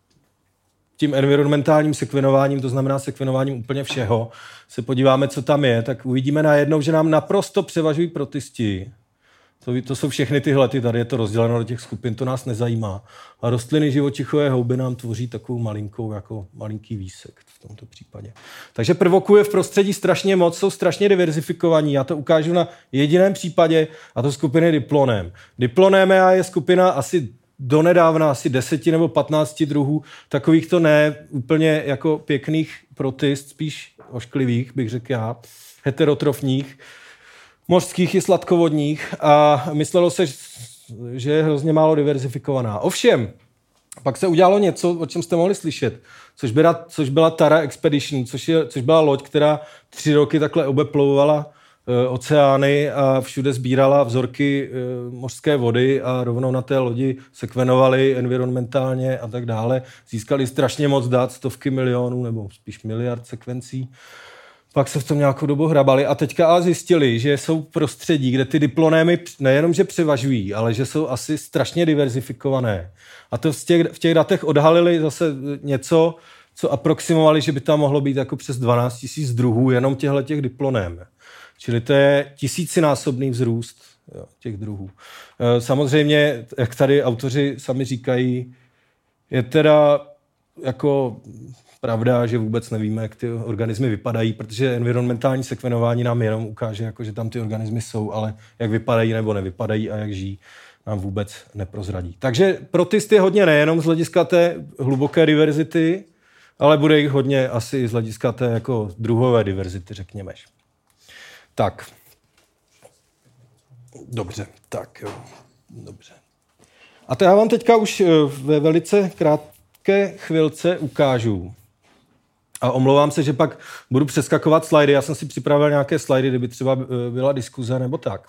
tím environmentálním sekvenováním, to znamená sekvenováním úplně všeho, se podíváme, co tam je, tak uvidíme najednou, že nám naprosto převažují protisti. To, to jsou všechny tyhle, ty, tady je to rozděleno do těch skupin, to nás nezajímá. A rostliny, živočichové houby nám tvoří takovou malinkou, jako malinký výsek v tomto případě. Takže prvoků je v prostředí strašně moc, jsou strašně diverzifikovaní. Já to ukážu na jediném případě, a to skupiny Diplonem. Diplonemea je skupina asi donedávna asi deseti nebo patnácti druhů, takovýchto ne úplně jako pěkných protist, spíš ošklivých, bych řekl já, heterotrofních, mořských i sladkovodních, a myslelo se, že je hrozně málo diverzifikovaná. Ovšem, pak se udělalo něco, o čem jste mohli slyšet, což byla, což byla Tara Expedition, což, je, což byla loď, která tři roky takhle obeplouvala e, oceány a všude sbírala vzorky e, mořské vody a rovnou na té lodi sekvenovali environmentálně a tak dále. Získali strašně moc dat, stovky milionů nebo spíš miliard sekvencí. Pak se v tom nějakou dobu hrabali a teďka ale zjistili, že jsou prostředí, kde ty diplonémy nejenom, že převažují, ale že jsou asi strašně diverzifikované. A to v těch, v těch datech odhalili zase něco, co aproximovali, že by tam mohlo být jako přes dvanáct tisíc druhů jenom těchto těch diploném. Čili to je tisícinásobný vzrůst, jo, těch druhů. Samozřejmě, jak tady autoři sami říkají, je teda jako pravda, že vůbec nevíme, jak ty organismy vypadají, protože environmentální sekvenování nám jenom ukáže, jako, že tam ty organismy jsou, ale jak vypadají nebo nevypadají a jak žijí, nám vůbec neprozradí. Takže protist je hodně nejenom z hlediska té hluboké diverzity, ale bude jich hodně asi i z hlediska té jako druhové diverzity, řekněme. Tak. Dobře, tak jo. Dobře. A to já vám teďka už ve velice krátké chvilce ukážu. A omlouvám se, že pak budu přeskakovat slajdy. Já jsem si připravil nějaké slajdy, kdyby třeba byla diskuze nebo tak.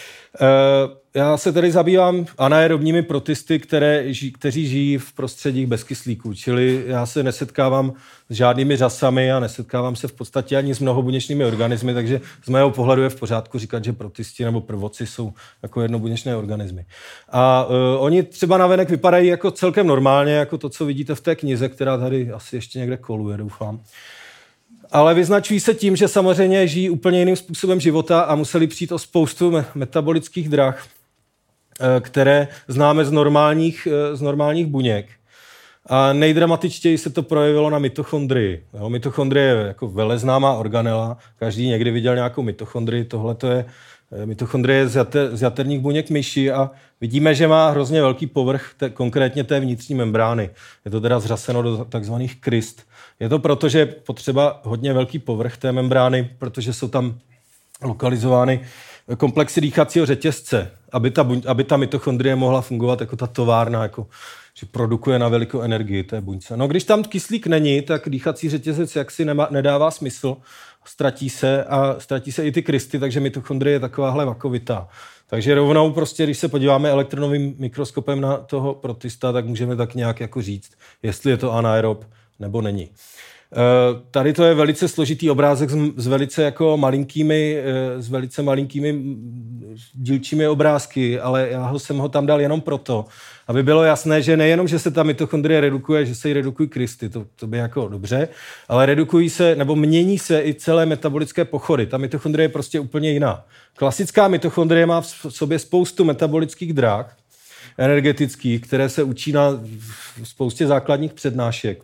Já se tady zabývám anaerobními protisty, které, kteří žijí v prostředích bez kyslíku. Čili já se nesetkávám s žádnými řasami a nesetkávám se v podstatě ani s mnohobuněčnými organismy, takže z mého pohledu je v pořádku říkat, že protisti nebo prvoci jsou jako jednobuněčné organismy. A uh, oni třeba navenek vypadají jako celkem normálně, jako to, co vidíte v té knize, která tady asi ještě někde koluje, doufám. Ale vyznačují se tím, že samozřejmě žijí úplně jiným způsobem života a museli přijít o spoustu metabolických drah, které známe z normálních, z normálních buněk. A nejdramatičtěji se to projevilo na mitochondrii. Jo, mitochondrie je jako veleznámá organela. Každý někdy viděl nějakou mitochondrii. Tohle to je mitochondrie z, jater, z jaterních buněk myší a vidíme, že má hrozně velký povrch, te, konkrétně té vnitřní membrány. Je to teda zřaseno do takzvaných kryst. Je to proto, že je potřeba hodně velký povrch té membrány, protože jsou tam lokalizovány komplexy dýchacího řetězce, aby ta, buň, aby ta mitochondrie mohla fungovat jako ta továrna, jako, že produkuje na velikou energii té buňce. No když tam kyslík není, tak dýchací řetězec jaksi nema, nedává smysl, ztratí se a ztratí se i ty krysty, takže mitochondrie je takováhle vakovitá. Takže rovnou prostě, když se podíváme elektronovým mikroskopem na toho protista, tak můžeme tak nějak jako říct, jestli je to anaerob nebo není. Tady to je velice složitý obrázek s velice jako malinkými, s velice malinkými dílčími obrázky, ale já ho jsem ho tam dal jenom proto, aby bylo jasné, že nejenom, že se ta mitochondrie redukuje, že se jí redukují krysty, to, to by jako dobře, ale redukují se, nebo mění se i celé metabolické pochody. Ta mitochondrie je prostě úplně jiná. Klasická mitochondrie má v sobě spoustu metabolických drah energetických, které se učí na spoustě základních přednášek.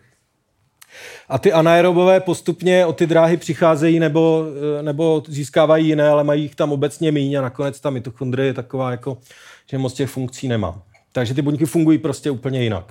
A ty anaerobové postupně o ty dráhy přicházejí nebo, nebo získávají jiné, ale mají jich tam obecně míň a nakonec ta mitochondrie je taková, jako, že moc těch funkcí nemá. Takže ty buňky fungují prostě úplně jinak.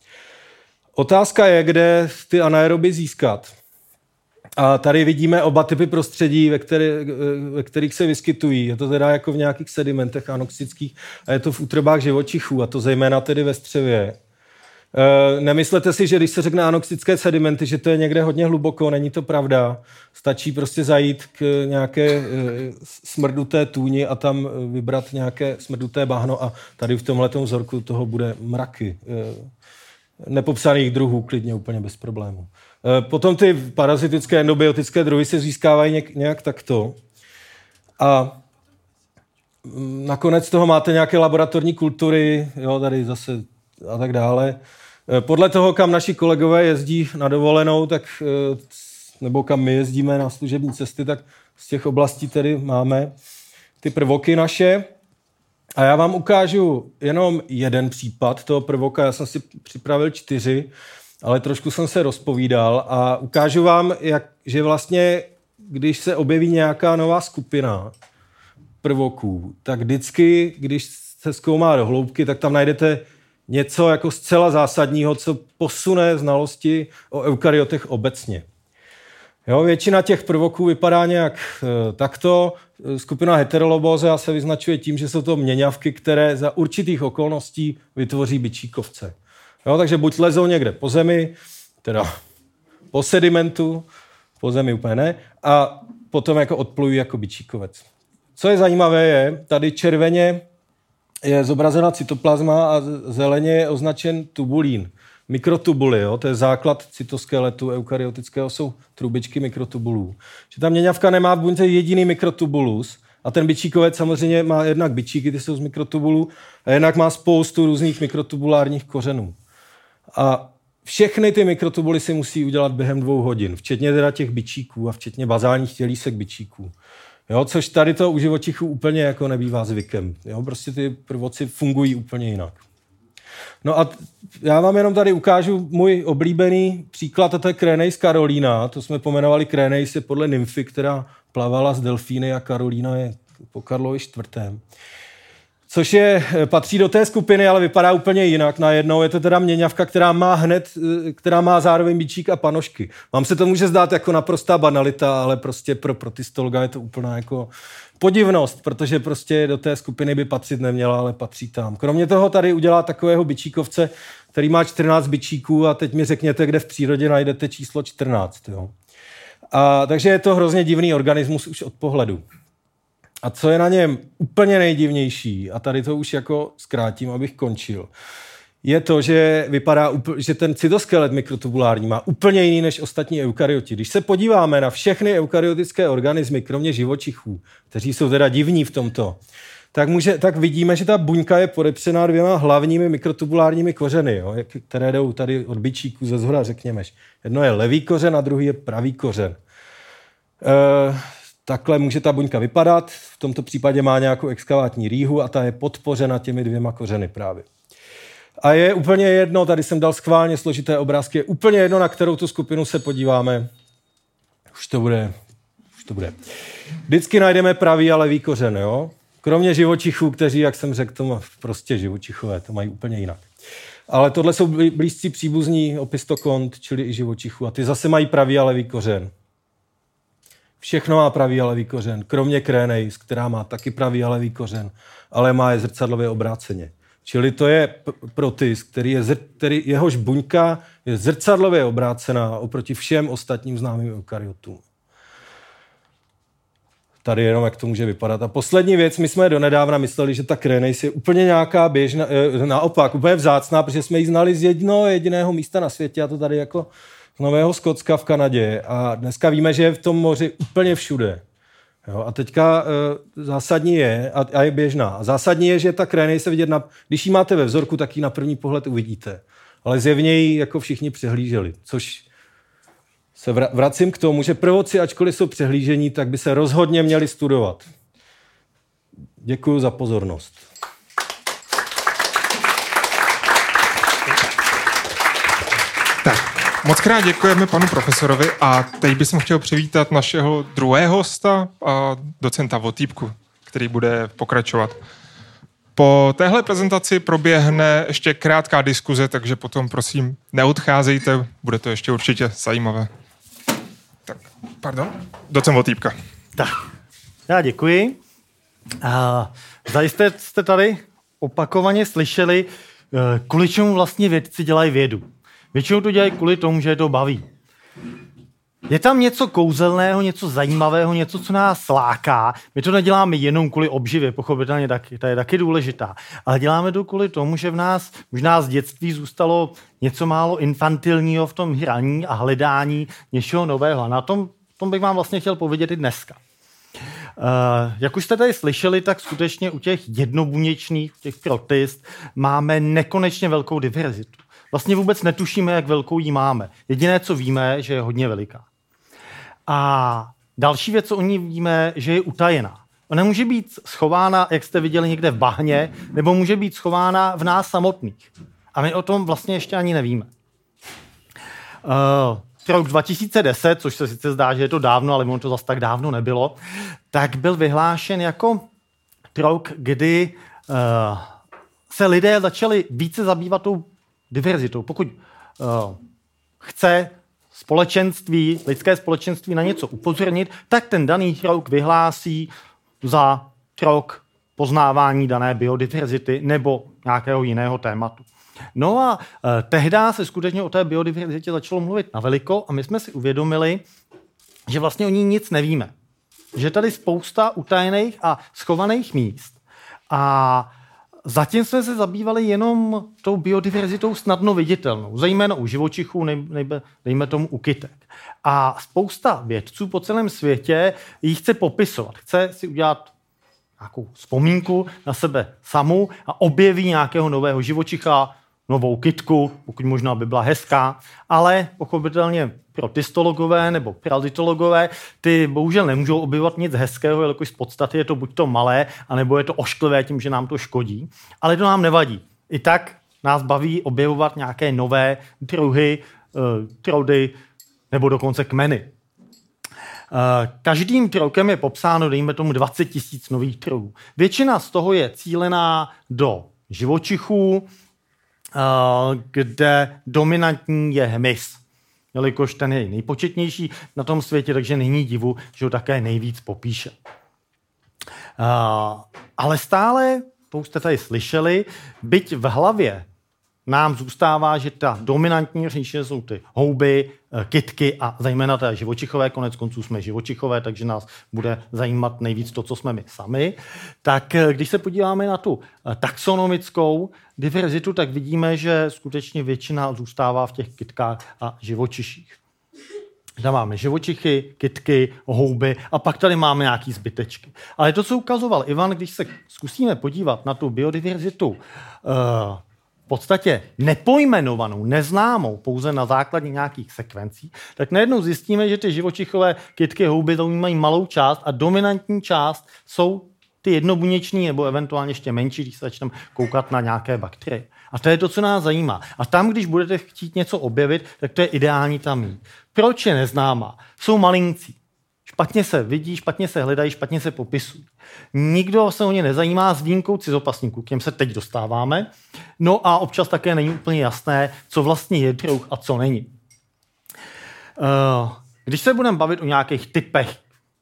Otázka je, kde ty anaeroby získat. A tady vidíme oba typy prostředí, ve, který, ve kterých se vyskytují. Je to teda jako v nějakých sedimentech anoxických a je to v útrobách živočichů, a to zejména tedy ve střevě. Nemyslete si, že když se řekne anoxické sedimenty, že to je někde hodně hluboko, není to pravda. Stačí prostě zajít k nějaké smrduté tůni a tam vybrat nějaké smrduté bahno a tady v tomhletom vzorku toho bude mraky nepopsaných druhů, klidně úplně bez problémů. Potom ty parazitické endobiotické druhy se získávají nějak takto a nakonec toho máte nějaké laboratorní kultury, jo, tady zase a tak dále. Podle toho, kam naši kolegové jezdí na dovolenou, tak, nebo kam my jezdíme na služební cesty, tak z těch oblastí tedy máme ty prvoky naše. A já vám ukážu jenom jeden případ toho prvoka. Já jsem si připravil čtyři, ale trošku jsem se rozpovídal a ukážu vám, jak, že vlastně, když se objeví nějaká nová skupina prvoků, tak vždycky, když se zkoumá do hloubky, tak tam najdete něco jako zcela zásadního, co posune znalosti o eukaryotech obecně. Jo, většina těch prvoků vypadá nějak e, takto. Skupina heterolobózea se vyznačuje tím, že jsou to měňavky, které za určitých okolností vytvoří bičíkovce. Jo, takže buď lezou někde po zemi, teda po sedimentu, po zemi úplně ne, a potom jako odplují jako bičíkovec. Co je zajímavé je, tady červeně je zobrazena cytoplazma a zeleně je označen tubulín. Mikrotubuly, jo? To je základ cytoskeletu eukaryotického, jsou trubičky mikrotubulů. Že ta měňavka nemá v buňce jediný mikrotubulus a ten bičíkovec samozřejmě má jednak bičíky, ty jsou z mikrotubulů, a jednak má spoustu různých mikrotubulárních kořenů. A všechny ty mikrotubuly si musí udělat během dvou hodin, včetně teda těch bičíků a včetně bazálních tělísek bičíků. Jo, což tady to u živočichů úplně jako nebývá zvykem. Jo, prostě ty prvoci fungují úplně jinak. No a já vám jenom tady ukážu můj oblíbený příklad, a to je Craneis Carolina. To jsme pomenovali Craneis je podle nymfy, která plavala z delfíny a Karolína je po Karlovi čtvrtém. Což je, patří do té skupiny, ale vypadá úplně jinak. Najednou je to teda měňavka, která má hned, která má zároveň bičík a panožky. Vám se to může zdát jako naprostá banalita, ale prostě pro protistologa je to úplná jako podivnost, protože prostě do té skupiny by patřit neměla, ale patří tam. Kromě toho tady udělá takového bičíkovce, který má čtrnáct bičíků a teď mi řekněte, kde v přírodě najdete číslo čtrnáct. Jo. A, takže je to hrozně divný organismus už od pohledu. A co je na něm úplně nejdivnější, a tady to už jako zkrátím, abych končil, je to, že vypadá, že ten cytoskelet mikrotubulární má úplně jiný než ostatní eukaryoti. Když se podíváme na všechny eukaryotické organismy, kromě živočichů, kteří jsou teda divní v tomto, tak, může, tak vidíme, že ta buňka je podepřená dvěma hlavními mikrotubulárními kořeny, jo, které jdou tady od bičíku ze zhora, řekněme. Jedno je levý kořen a druhý je pravý kořen. E, takhle může ta buňka vypadat. V tomto případě má nějakou exkavátní rýhu a ta je podpořena těmi dvěma kořeny právě. A je úplně jedno, tady jsem dal schválně složité obrázky, je úplně jedno, na kterou tu skupinu se podíváme. Už to bude, už to bude. Vždycky najdeme pravý a levý kořen, jo? Kromě živočichů, kteří, jak jsem řekl, to má prostě živočichové, to mají úplně jinak. Ale tohle jsou blízcí příbuzní opistokont, čili i živočichů. A ty zase mají pravý a levý kořen. Všechno má pravý a levý kořen, kromě Craneis, která má taky pravý a levý kořen, ale má je zrcadlově obráceně. Čili to je protist, který je, který, jehož buňka je zrcadlově obrácená oproti všem ostatním známým eukaryotům. Tady jenom, jak to může vypadat. A poslední věc, my jsme donedávna mysleli, že ta Craneis je úplně nějaká běžná, naopak, úplně vzácná, protože jsme ji znali z jednoho jediného místa na světě, a to tady jako z Nového Skotska v Kanadě. A dneska víme, že je v tom moři úplně všude. Jo, a teďka e, zásadní je, a, a je běžná, a zásadní je, že ta Craneis se vidět, na, když ji máte ve vzorku, tak ji na první pohled uvidíte. Ale zjevně ji jako všichni přehlíželi, což se vracím k tomu, že prvoci, ačkoliv jsou přehlížení, tak by se rozhodně měli studovat. Děkuji za pozornost. Tak, moc krát děkujeme panu profesorovi a teď bych chtěl přivítat našeho druhého hosta, docenta Votýpku, který bude pokračovat. Po téhle prezentaci proběhne ještě krátká diskuze, takže potom prosím neodcházejte, bude to ještě určitě zajímavé. Tak, pardon, docent Votýpka. Tak, já děkuji. A zajisté jste tady opakovaně slyšeli, kvůli čemu vlastně vědci dělají vědu. Většinou to dělají kvůli tomu, že je to baví. Je tam něco kouzelného, něco zajímavého, něco, co nás láká. My to neděláme jenom kvůli obživě, pochopitelně taky, ta je taky důležitá, ale děláme to kvůli tomu, že v nás možná z dětství zůstalo něco málo infantilního v tom hraní a hledání něčeho nového. A na tom, tom bych vám vlastně chtěl povědět i dneska. Uh, jak už jste tady slyšeli, tak skutečně u těch jednobuněčných, u těch protist, máme nekonečně velkou diverzitu. Vlastně vůbec netušíme, jak velkou jí máme. Jediné, co víme, že je hodně veliká. A další věc, co o ní víme, že je utajená. Ona může být schována, jak jste viděli, někde v bahně, nebo může být schována v nás samotných. A my o tom vlastně ještě ani nevíme. Uh, rok dva tisíce deset, což se sice zdá, že je to dávno, ale ono to zase tak dávno nebylo, tak byl vyhlášen jako rok, kdy uh, se lidé začali více zabývat tou diverzitou. Pokud uh, chce společenství, lidské společenství na něco upozornit, tak ten daný rok vyhlásí za rok poznávání dané biodiverzity nebo nějakého jiného tématu. No a uh, tehdy se skutečně o té biodiverzitě začalo mluvit na veliko a my jsme si uvědomili, že vlastně o ní nic nevíme. Že tady spousta utajených a schovaných míst. A zatím jsme se zabývali jenom tou biodiverzitou snadno viditelnou, zejména u živočichů, nejme, dejme tomu u kytek. A spousta vědců po celém světě ji chce popisovat. Chce si udělat nějakou vzpomínku na sebe samu a objeví nějakého nového živočicha, novou kytku, pokud možná by byla hezká, ale pochopitelně pro tystologové nebo parazitologové ty bohužel nemůžou objevovat nic hezkého, jelikož z podstaty je to buď to malé, anebo je to ošklivé tím, že nám to škodí. Ale to nám nevadí. I tak nás baví objevovat nějaké nové druhy, trody nebo dokonce kmeny. Každým rokem je popsáno, dejme tomu, dvacet tisíc nových druhů. Většina z toho je cílená do živočichů, kde dominantní je hmyz, jelikož ten je nejpočetnější na tom světě, takže není divu, že ho také nejvíc popíše. Ale stále, to už jste tady slyšeli, byť v hlavě nám zůstává, že ta dominantní říše jsou ty houby, kytky a zejména té živočichové, konec konců jsme živočichové, takže nás bude zajímat nejvíc to, co jsme my sami. Tak když se podíváme na tu taxonomickou diverzitu, tak vidíme, že skutečně většina zůstává v těch kytkách a živočiších. Tam máme živočichy, kytky, houby a pak tady máme nějaký zbytečky. Ale to, co ukazoval Ivan, když se zkusíme podívat na tu biodiverzitu uh, v podstatě nepojmenovanou, neznámou, pouze na základě nějakých sekvencí, tak najednou zjistíme, že ty živočichové kytky, houby zaujímají malou část a dominantní část jsou ty jednobuněční nebo eventuálně ještě menší, když se začneme koukat na nějaké bakterie. A to je to, co nás zajímá. A tam, když budete chtít něco objevit, tak to je ideální tam mít. Proč je neznámá? Jsou malincí. Špatně se vidí, špatně se hledají, špatně se popisují. Nikdo se o ně nezajímá s výjimkou cizopasníků, k těm se teď dostáváme. No a občas také není úplně jasné, co vlastně je druh a co není. Když se budeme bavit o nějakých typech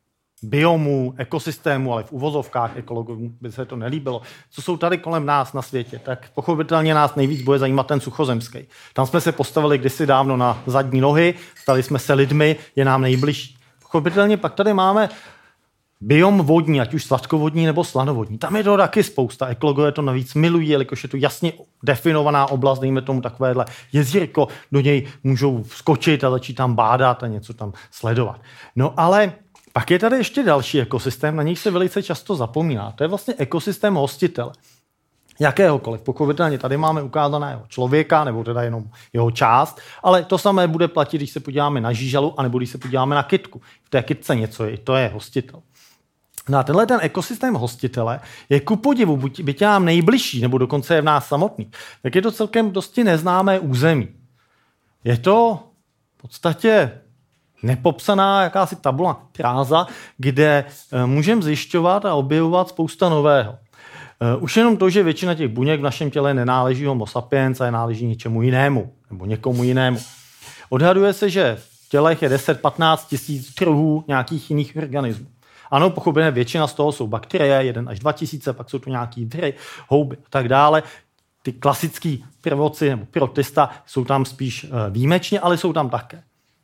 biomů, ekosystémů, ale v uvozovkách ekologům by se to nelíbilo, co jsou tady kolem nás na světě, tak pochopitelně nás nejvíc bude zajímat ten suchozemský. Tam jsme se postavili kdysi dávno na zadní nohy, stali jsme se lidmi, je nám nejbližší. Pochopitelně pak tady máme biom vodní, ať už sladkovodní nebo slanovodní. Tam je to taky spousta. Ekologové to navíc milují, jelikož je to jasně definovaná oblast, dejme tomu takovéhle jezírko, do něj můžou skočit a začít tam bádat a něco tam sledovat. No ale pak je tady ještě další ekosystém, na něj se velice často zapomíná. To je vlastně ekosystém hostitele. Jakéhokoliv. Pochopitelně tady máme ukázaného člověka, nebo teda jenom jeho část, ale to samé bude platit, když se podíváme na žížalu, anebo když se podíváme na kytku. V té kytce něco je, to je hostitel. No a tenhle ten ekosystém hostitele je ku podivu, buď, byť je nám nejbližší, nebo dokonce je v nás samotný, tak je to celkem dosti neznámé území. Je to v podstatě nepopsaná jakási tabula ráza, kde můžeme zjišťovat a objevovat spousta nového. Už jenom to, že většina těch buněk v našem těle nenáleží homo sapiens a náleží něčemu jinému, nebo někomu jinému. Odhaduje se, že v tělech je deset až patnáct tisíc druhů nějakých jiných organismů. Ano, pochopitelně většina z toho jsou bakterie, jeden až dva tisíce, pak jsou tu nějaký viry, houby a tak dále. Ty klasický prvoci nebo protista jsou tam spíš výjimečně, ale jsou tam také.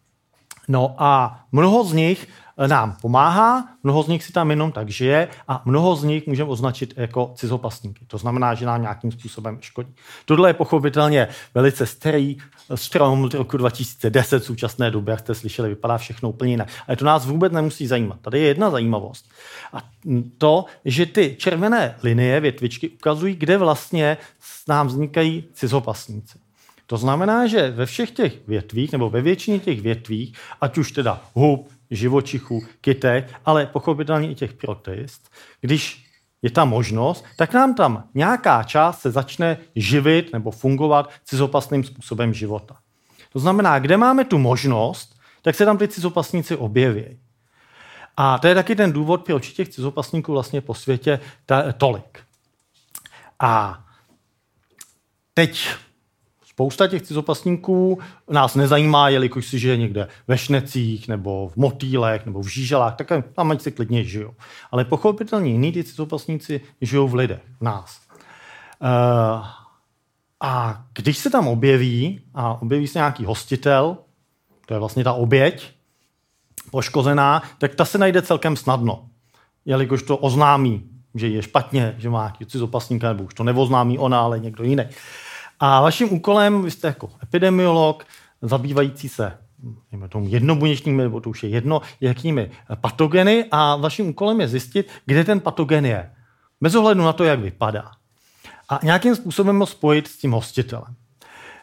No a mnoho z nich nám pomáhá, mnoho z nich si tam jenom tak žije a mnoho z nich můžeme označit jako cizopasníky. To znamená, že nám nějakým způsobem škodí. Tohle je pochopitelně velice starý strom od roku dva tisíce deset v současné době, jak jste slyšeli, vypadá všechno úplně jinak. Ale to nás vůbec nemusí zajímat. Tady je jedna zajímavost. A to, že ty červené linie, větvičky, ukazují, kde vlastně nám vznikají cizopasníci. To znamená, že ve všech těch větvích, nebo ve většině těch větvích, ať už teda hub, živočichů, kytek, ale pochopitelně i těch protist, když je ta možnost, tak nám tam nějaká část se začne živit nebo fungovat cizopasným způsobem života. To znamená, kde máme tu možnost, tak se tam ty cizopasníci objeví. A to je taky ten důvod, proč těch cizopasníků vlastně po světě ta, tolik. A teď spousta těch cizopasníků nás nezajímá, jelikož si žije někde ve šnecích, nebo v motýlech, nebo v žížalách, tak tam ať si klidně žijou. Ale pochopitelně jiní ty cizopasníci žijou v lidech, v nás. Uh, a když se tam objeví, a objeví se nějaký hostitel, to je vlastně ta oběť poškozená, tak ta se najde celkem snadno, jelikož to oznámí, že je špatně, že má nějaký cizopasníka, nebo už to neoznámí ona, ale někdo jiný. A vaším úkolem, vy jste jako epidemiolog, zabývající se tomu jednobuněčnými, nebo to už je jedno, jakými patogeny, a vaším úkolem je zjistit, kde ten patogen je. Bez ohledu na to, jak vypadá. A nějakým způsobem ho spojit s tím hostitelem.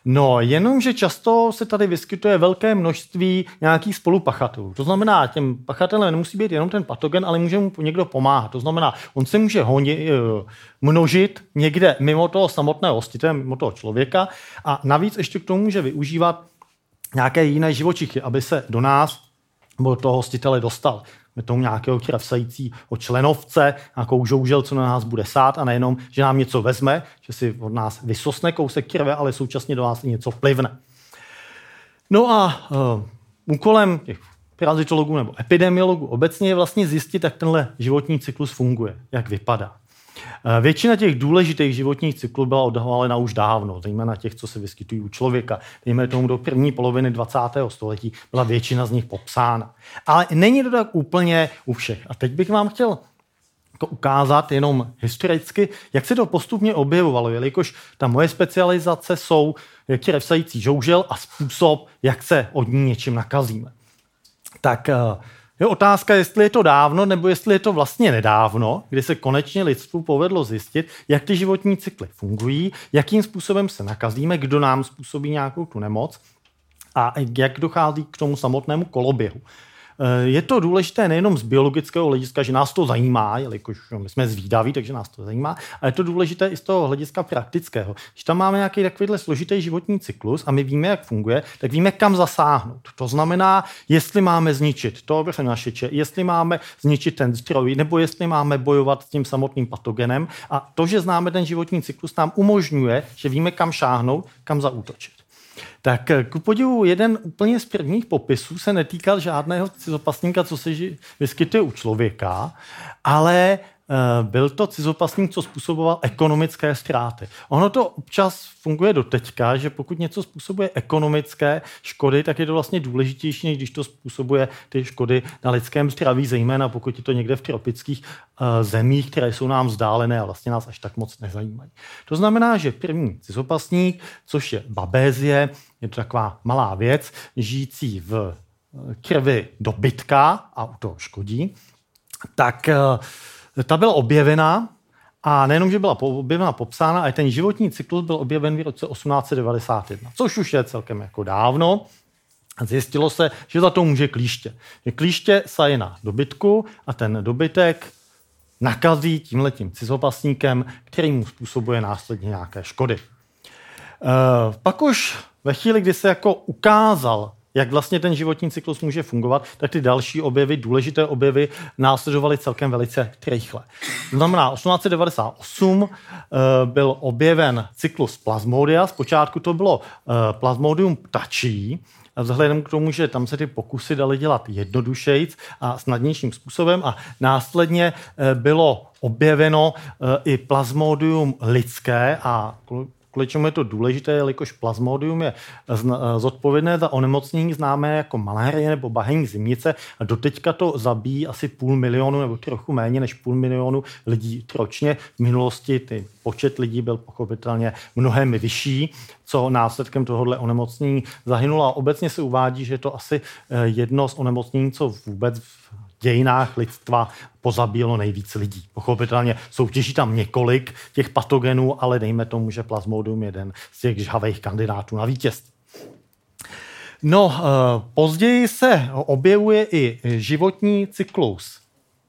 No, jenomže často se tady vyskytuje velké množství nějakých spolupachatelů. To znamená, těm pachatelem nemusí být jenom ten patogen, ale může mu někdo pomáhat. To znamená, on se může honit, množit někde mimo toho samotného hostitele, mimo toho člověka a navíc ještě k tomu může využívat nějaké jiné živočichy, aby se do nás nebo do toho hostitele dostal. My tomu nějakého krevsajícího členovce, nějakou žoužel, co na nás bude sát a nejenom, že nám něco vezme, že si od nás vysosne kousek krve, ale současně do nás i něco plivne. No a uh, úkolem těch parazitologů nebo epidemiologů obecně je vlastně zjistit, jak tenhle životní cyklus funguje, jak vypadá. Většina těch důležitých životních cyklů byla odhalena už dávno, zejména těch, co se vyskytují u člověka. Dejme tomu do první poloviny dvacátého století byla většina z nich popsána. Ale není to tak úplně u všech. A teď bych vám chtěl to ukázat jenom historicky, jak se to postupně objevovalo, jelikož ta moje specializace jsou krevsající žoužel a způsob, jak se od ní něčím nakazíme. Tak je otázka, jestli je to dávno, nebo jestli je to vlastně nedávno, kdy se konečně lidstvu povedlo zjistit, jak ty životní cykly fungují, jakým způsobem se nakazíme, kdo nám způsobí nějakou tu nemoc a jak dochází k tomu samotnému koloběhu. Je to důležité nejenom z biologického hlediska, že nás to zajímá, jelikož my jsme zvídaví, takže nás to zajímá, ale je to důležité i z toho hlediska praktického. Když tam máme nějaký takovýhle složitý životní cyklus a my víme, jak funguje, tak víme, kam zasáhnout. To znamená, jestli máme zničit to vrchnašiče, jestli máme zničit ten zdroj, nebo jestli máme bojovat s tím samotným patogenem. A to, že známe ten životní cyklus, nám umožňuje, že víme, kam šáhnout, kam zaútočit. Tak ku podivu, jeden úplně z prvních popisů se netýkal žádného cizopasníka, co se vyskytuje u člověka, ale byl to cizopasník, co způsoboval ekonomické ztráty. Ono to občas funguje do teďka, že pokud něco způsobuje ekonomické škody, tak je to vlastně důležitější, než když to způsobuje ty škody na lidském zdraví, zejména pokud je to někde v tropických uh, zemích, které jsou nám vzdálené a vlastně nás až tak moc nezajímají. To znamená, že první cizopasník, což je babézie, je to taková malá věc, žijící v krvi dobytka a u toho škodí, tak uh, ta byla objevena a nejenom, že byla objevena, popsána, ale ten životní cyklus byl objeven v roce osmnáct set devadesát jedna, což už je celkem jako dávno. Zjistilo se, že za to může klíště. Že klíště saje na dobytku a ten dobytek nakazí tímhletím cizopasníkem, který mu způsobuje následně nějaké škody. E, pak už ve chvíli, kdy se jako ukázal, jak vlastně ten životní cyklus může fungovat, tak ty další objevy, důležité objevy, následovaly celkem velice rychle. To znamená, osmnáct set devadesát osm uh, byl objeven cyklus Plasmodia. Zpočátku to bylo uh, Plasmodium ptačí, vzhledem k tomu, že tam se ty pokusy daly dělat jednodušejc a snadnějším způsobem a následně uh, bylo objeveno uh, i Plasmodium lidské a kvůli čemu je to důležité, jelikož Plasmodium je zodpovědné za onemocnění známé jako malárie nebo bahenní zimnice a doteďka to zabíjí asi půl milionu nebo trochu méně než půl milionu lidí ročně. V minulosti ty počet lidí byl pochopitelně mnohem vyšší, co následkem tohohle onemocnění zahynulo a obecně se uvádí, že je to asi jedno z onemocnění, co vůbec v dějinách lidstva pozabíjelo nejvíc lidí. Pochopitelně soutěží tam několik těch patogenů, ale dejme tomu, že Plasmodium je jeden z těch žhavých kandidátů na vítězství. No, později se objevuje i životní cyklus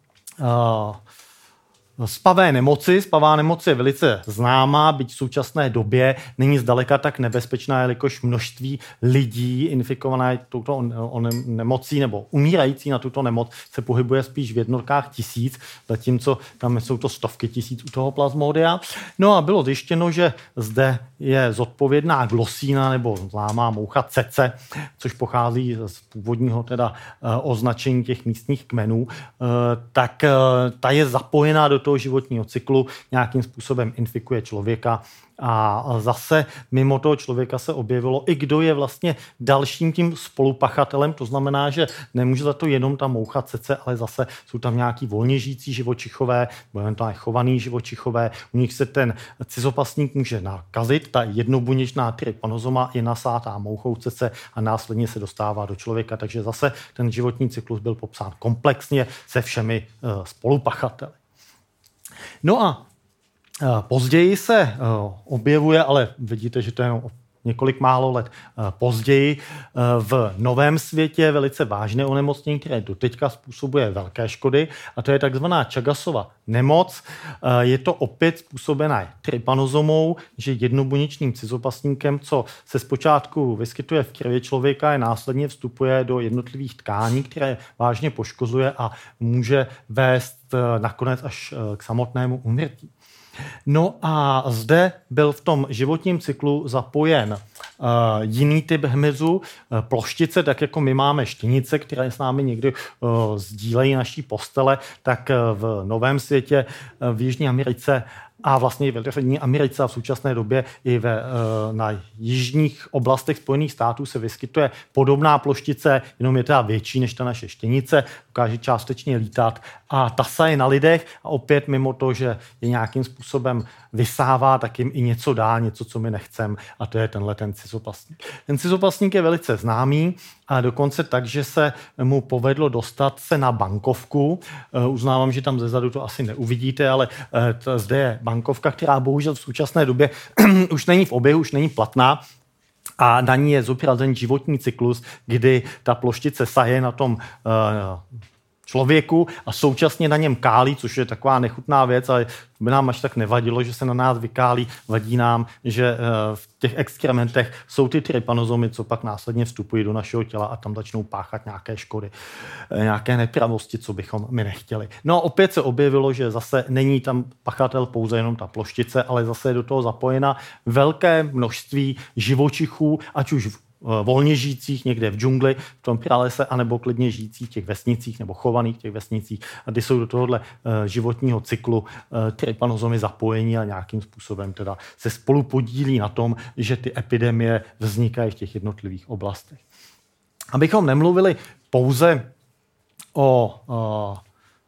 spavé nemoci. Spavá nemoc je velice známá, byť v současné době není zdaleka tak nebezpečná, jelikož množství lidí infikované touto nemocí nebo umírající na tuto nemoc se pohybuje spíš v jednotkách tisíc, zatímco tam jsou to stovky tisíc u toho Plasmodia. No a bylo zjištěno, že zde je zodpovědná glosína nebo známá moucha cece, což pochází z původního teda označení těch místních kmenů, tak ta je zapojená do toho životního cyklu, nějakým způsobem infikuje člověka a zase mimo toho člověka se objevilo i kdo je vlastně dalším tím spolupachatelem, to znamená, že nemůže za to jenom ta moucha cece, ale zase jsou tam nějaký volně žijící živočichové, nebo to chovaný živočichové, u nich se ten cizopasník může nakazit, ta jednobuněčná trypanozoma je nasátá mouchou cece a následně se dostává do člověka, takže zase ten životní cyklus byl popsán komplexně se všemi uh, spolupachateli. No a později se objevuje, ale vidíte, že to je několik málo let později. V novém světě velice vážné onemocnění, které doteďka způsobuje velké škody, a to je takzvaná Chagasova nemoc. Je to opět způsobené trypanosomou, že jednobuněčným cizopasníkem, co se zpočátku vyskytuje v krvi člověka, je následně vstupuje do jednotlivých tkání, které vážně poškozuje a může vést nakonec až k samotnému úmrtí. No a zde byl v tom životním cyklu zapojen uh, jiný typ hmyzu, uh, ploštice, tak jako my máme štěnice, které s námi někdy uh, sdílejí naší postele, tak uh, v novém světě, uh, v Jižní Americe a vlastně i ve Střední Americe a v současné době i ve, na jižních oblastech Spojených států se vyskytuje podobná ploštice, jenom je teda větší než ta naše štěnice, dokáže částečně lítat a tasa je na lidech a opět mimo to, že je nějakým způsobem vysává, tak jim i něco dá, něco, co my nechceme, a to je tenhle ten cizopasník. Ten cizopasník je velice známý a dokonce tak, že se mu povedlo dostat se na bankovku. Uznávám, že tam zezadu to asi neuvidíte, ale zde je bankovka, která bohužel v současné době už není v oběhu, už není platná. A na ní je zobrazen životní cyklus, kdy ta ploštice saje na tom uh, člověku a současně na něm kálí, což je taková nechutná věc, ale by nám až tak nevadilo, že se na nás vykálí, vadí nám, že v těch exkrementech jsou ty trypanosomy, co pak následně vstupují do našeho těla a tam začnou páchat nějaké škody, nějaké nepravosti, co bychom my nechtěli. No a opět se objevilo, že zase není tam pachatel pouze jenom ta ploštice, ale zase je do toho zapojena velké množství živočichů, ať už v volně žijících někde v džungli, v tom pralese, anebo klidně žijících v těch vesnicích nebo chovaných v těch vesnicích. A ty jsou do tohohle uh, životního cyklu uh, trypanosomy zapojení a nějakým způsobem teda se spolu podílí na tom, že ty epidemie vznikají v těch jednotlivých oblastech. Abychom nemluvili pouze o uh,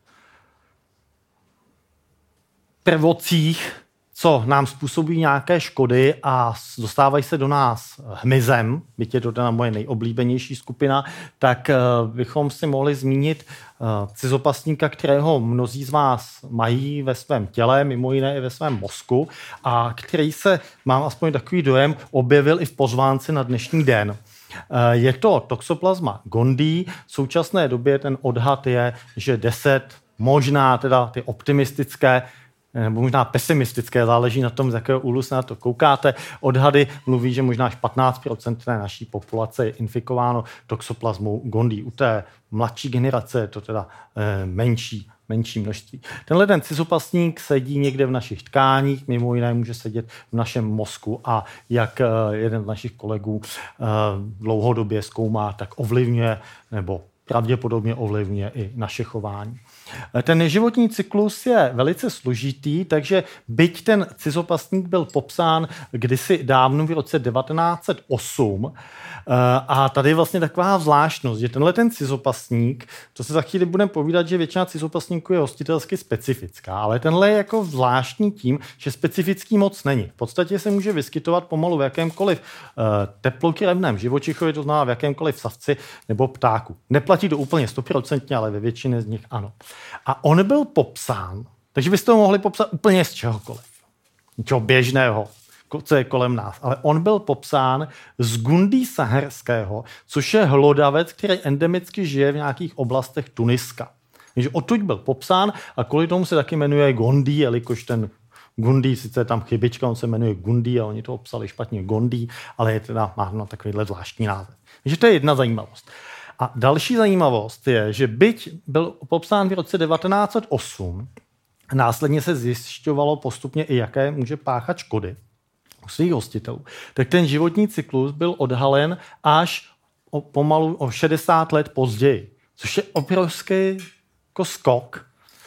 prvocích, co nám způsobí nějaké škody a dostávají se do nás hmyzem, byť je to teda moje nejoblíbenější skupina, tak bychom si mohli zmínit cizopasníka, kterého mnozí z vás mají ve svém těle, mimo jiné i ve svém mozku, a který se, mám aspoň takový dojem, objevil i v pozvánce na dnešní den. Je to Toxoplasma gondii. V současné době ten odhad je, že deset, možná teda ty optimistické, nebo možná pesimistické, záleží na tom, z jakého úhlu se na to koukáte. Odhady mluví, že možná až patnáct procent naší populace je infikováno Toxoplasmou gondii. U té mladší generace je to teda e, menší, menší množství. Tenhle ten cizopasník sedí někde v našich tkáních, mimo jiné může sedět v našem mozku a jak e, jeden z našich kolegů e, dlouhodobě zkoumá, tak ovlivňuje nebo pravděpodobně ovlivňuje i naše chování. Ten životní cyklus je velice složitý, takže byť ten cizopasník byl popsán kdysi dávno v roce devatenáct set osm, a tady je vlastně taková zvláštnost, že tenhle ten cizopasník, to se za chvíli budeme povídat, že většina cizopasníků je hostitelsky specifická, ale tenhle je jako zvláštní tím, že specifický moc není. V podstatě se může vyskytovat pomalu v jakémkoliv teplokrevném živočichovi, to znamená v jakémkoliv savci nebo ptáku. Neplatí to úplně stoprocentně, ale ve většině z nich ano. A on byl popsán, takže byste ho mohli popsat úplně z čehokoliv. Něčeho běžného, co je kolem nás. Ale on byl popsán z Gondii saharského, což je hlodavec, který endemicky žije v nějakých oblastech Tuniska. Takže odtud byl popsán a kvůli tomu se taky jmenuje Gondii, jelikož ten Gondii, sice je tam chybička, on se jmenuje Gondii a oni to obsali špatně Gondii, ale je teda, má na takovýhle zvláštní název. Takže to je jedna zajímavost. A další zajímavost je, že byť byl popsán v roce devatenáct set osm, následně se zjišťovalo postupně i jaké může páchat škody u svých hostitelů, tak ten životní cyklus byl odhalen až o, pomalu o šedesát let později, což je obrovský jako skok.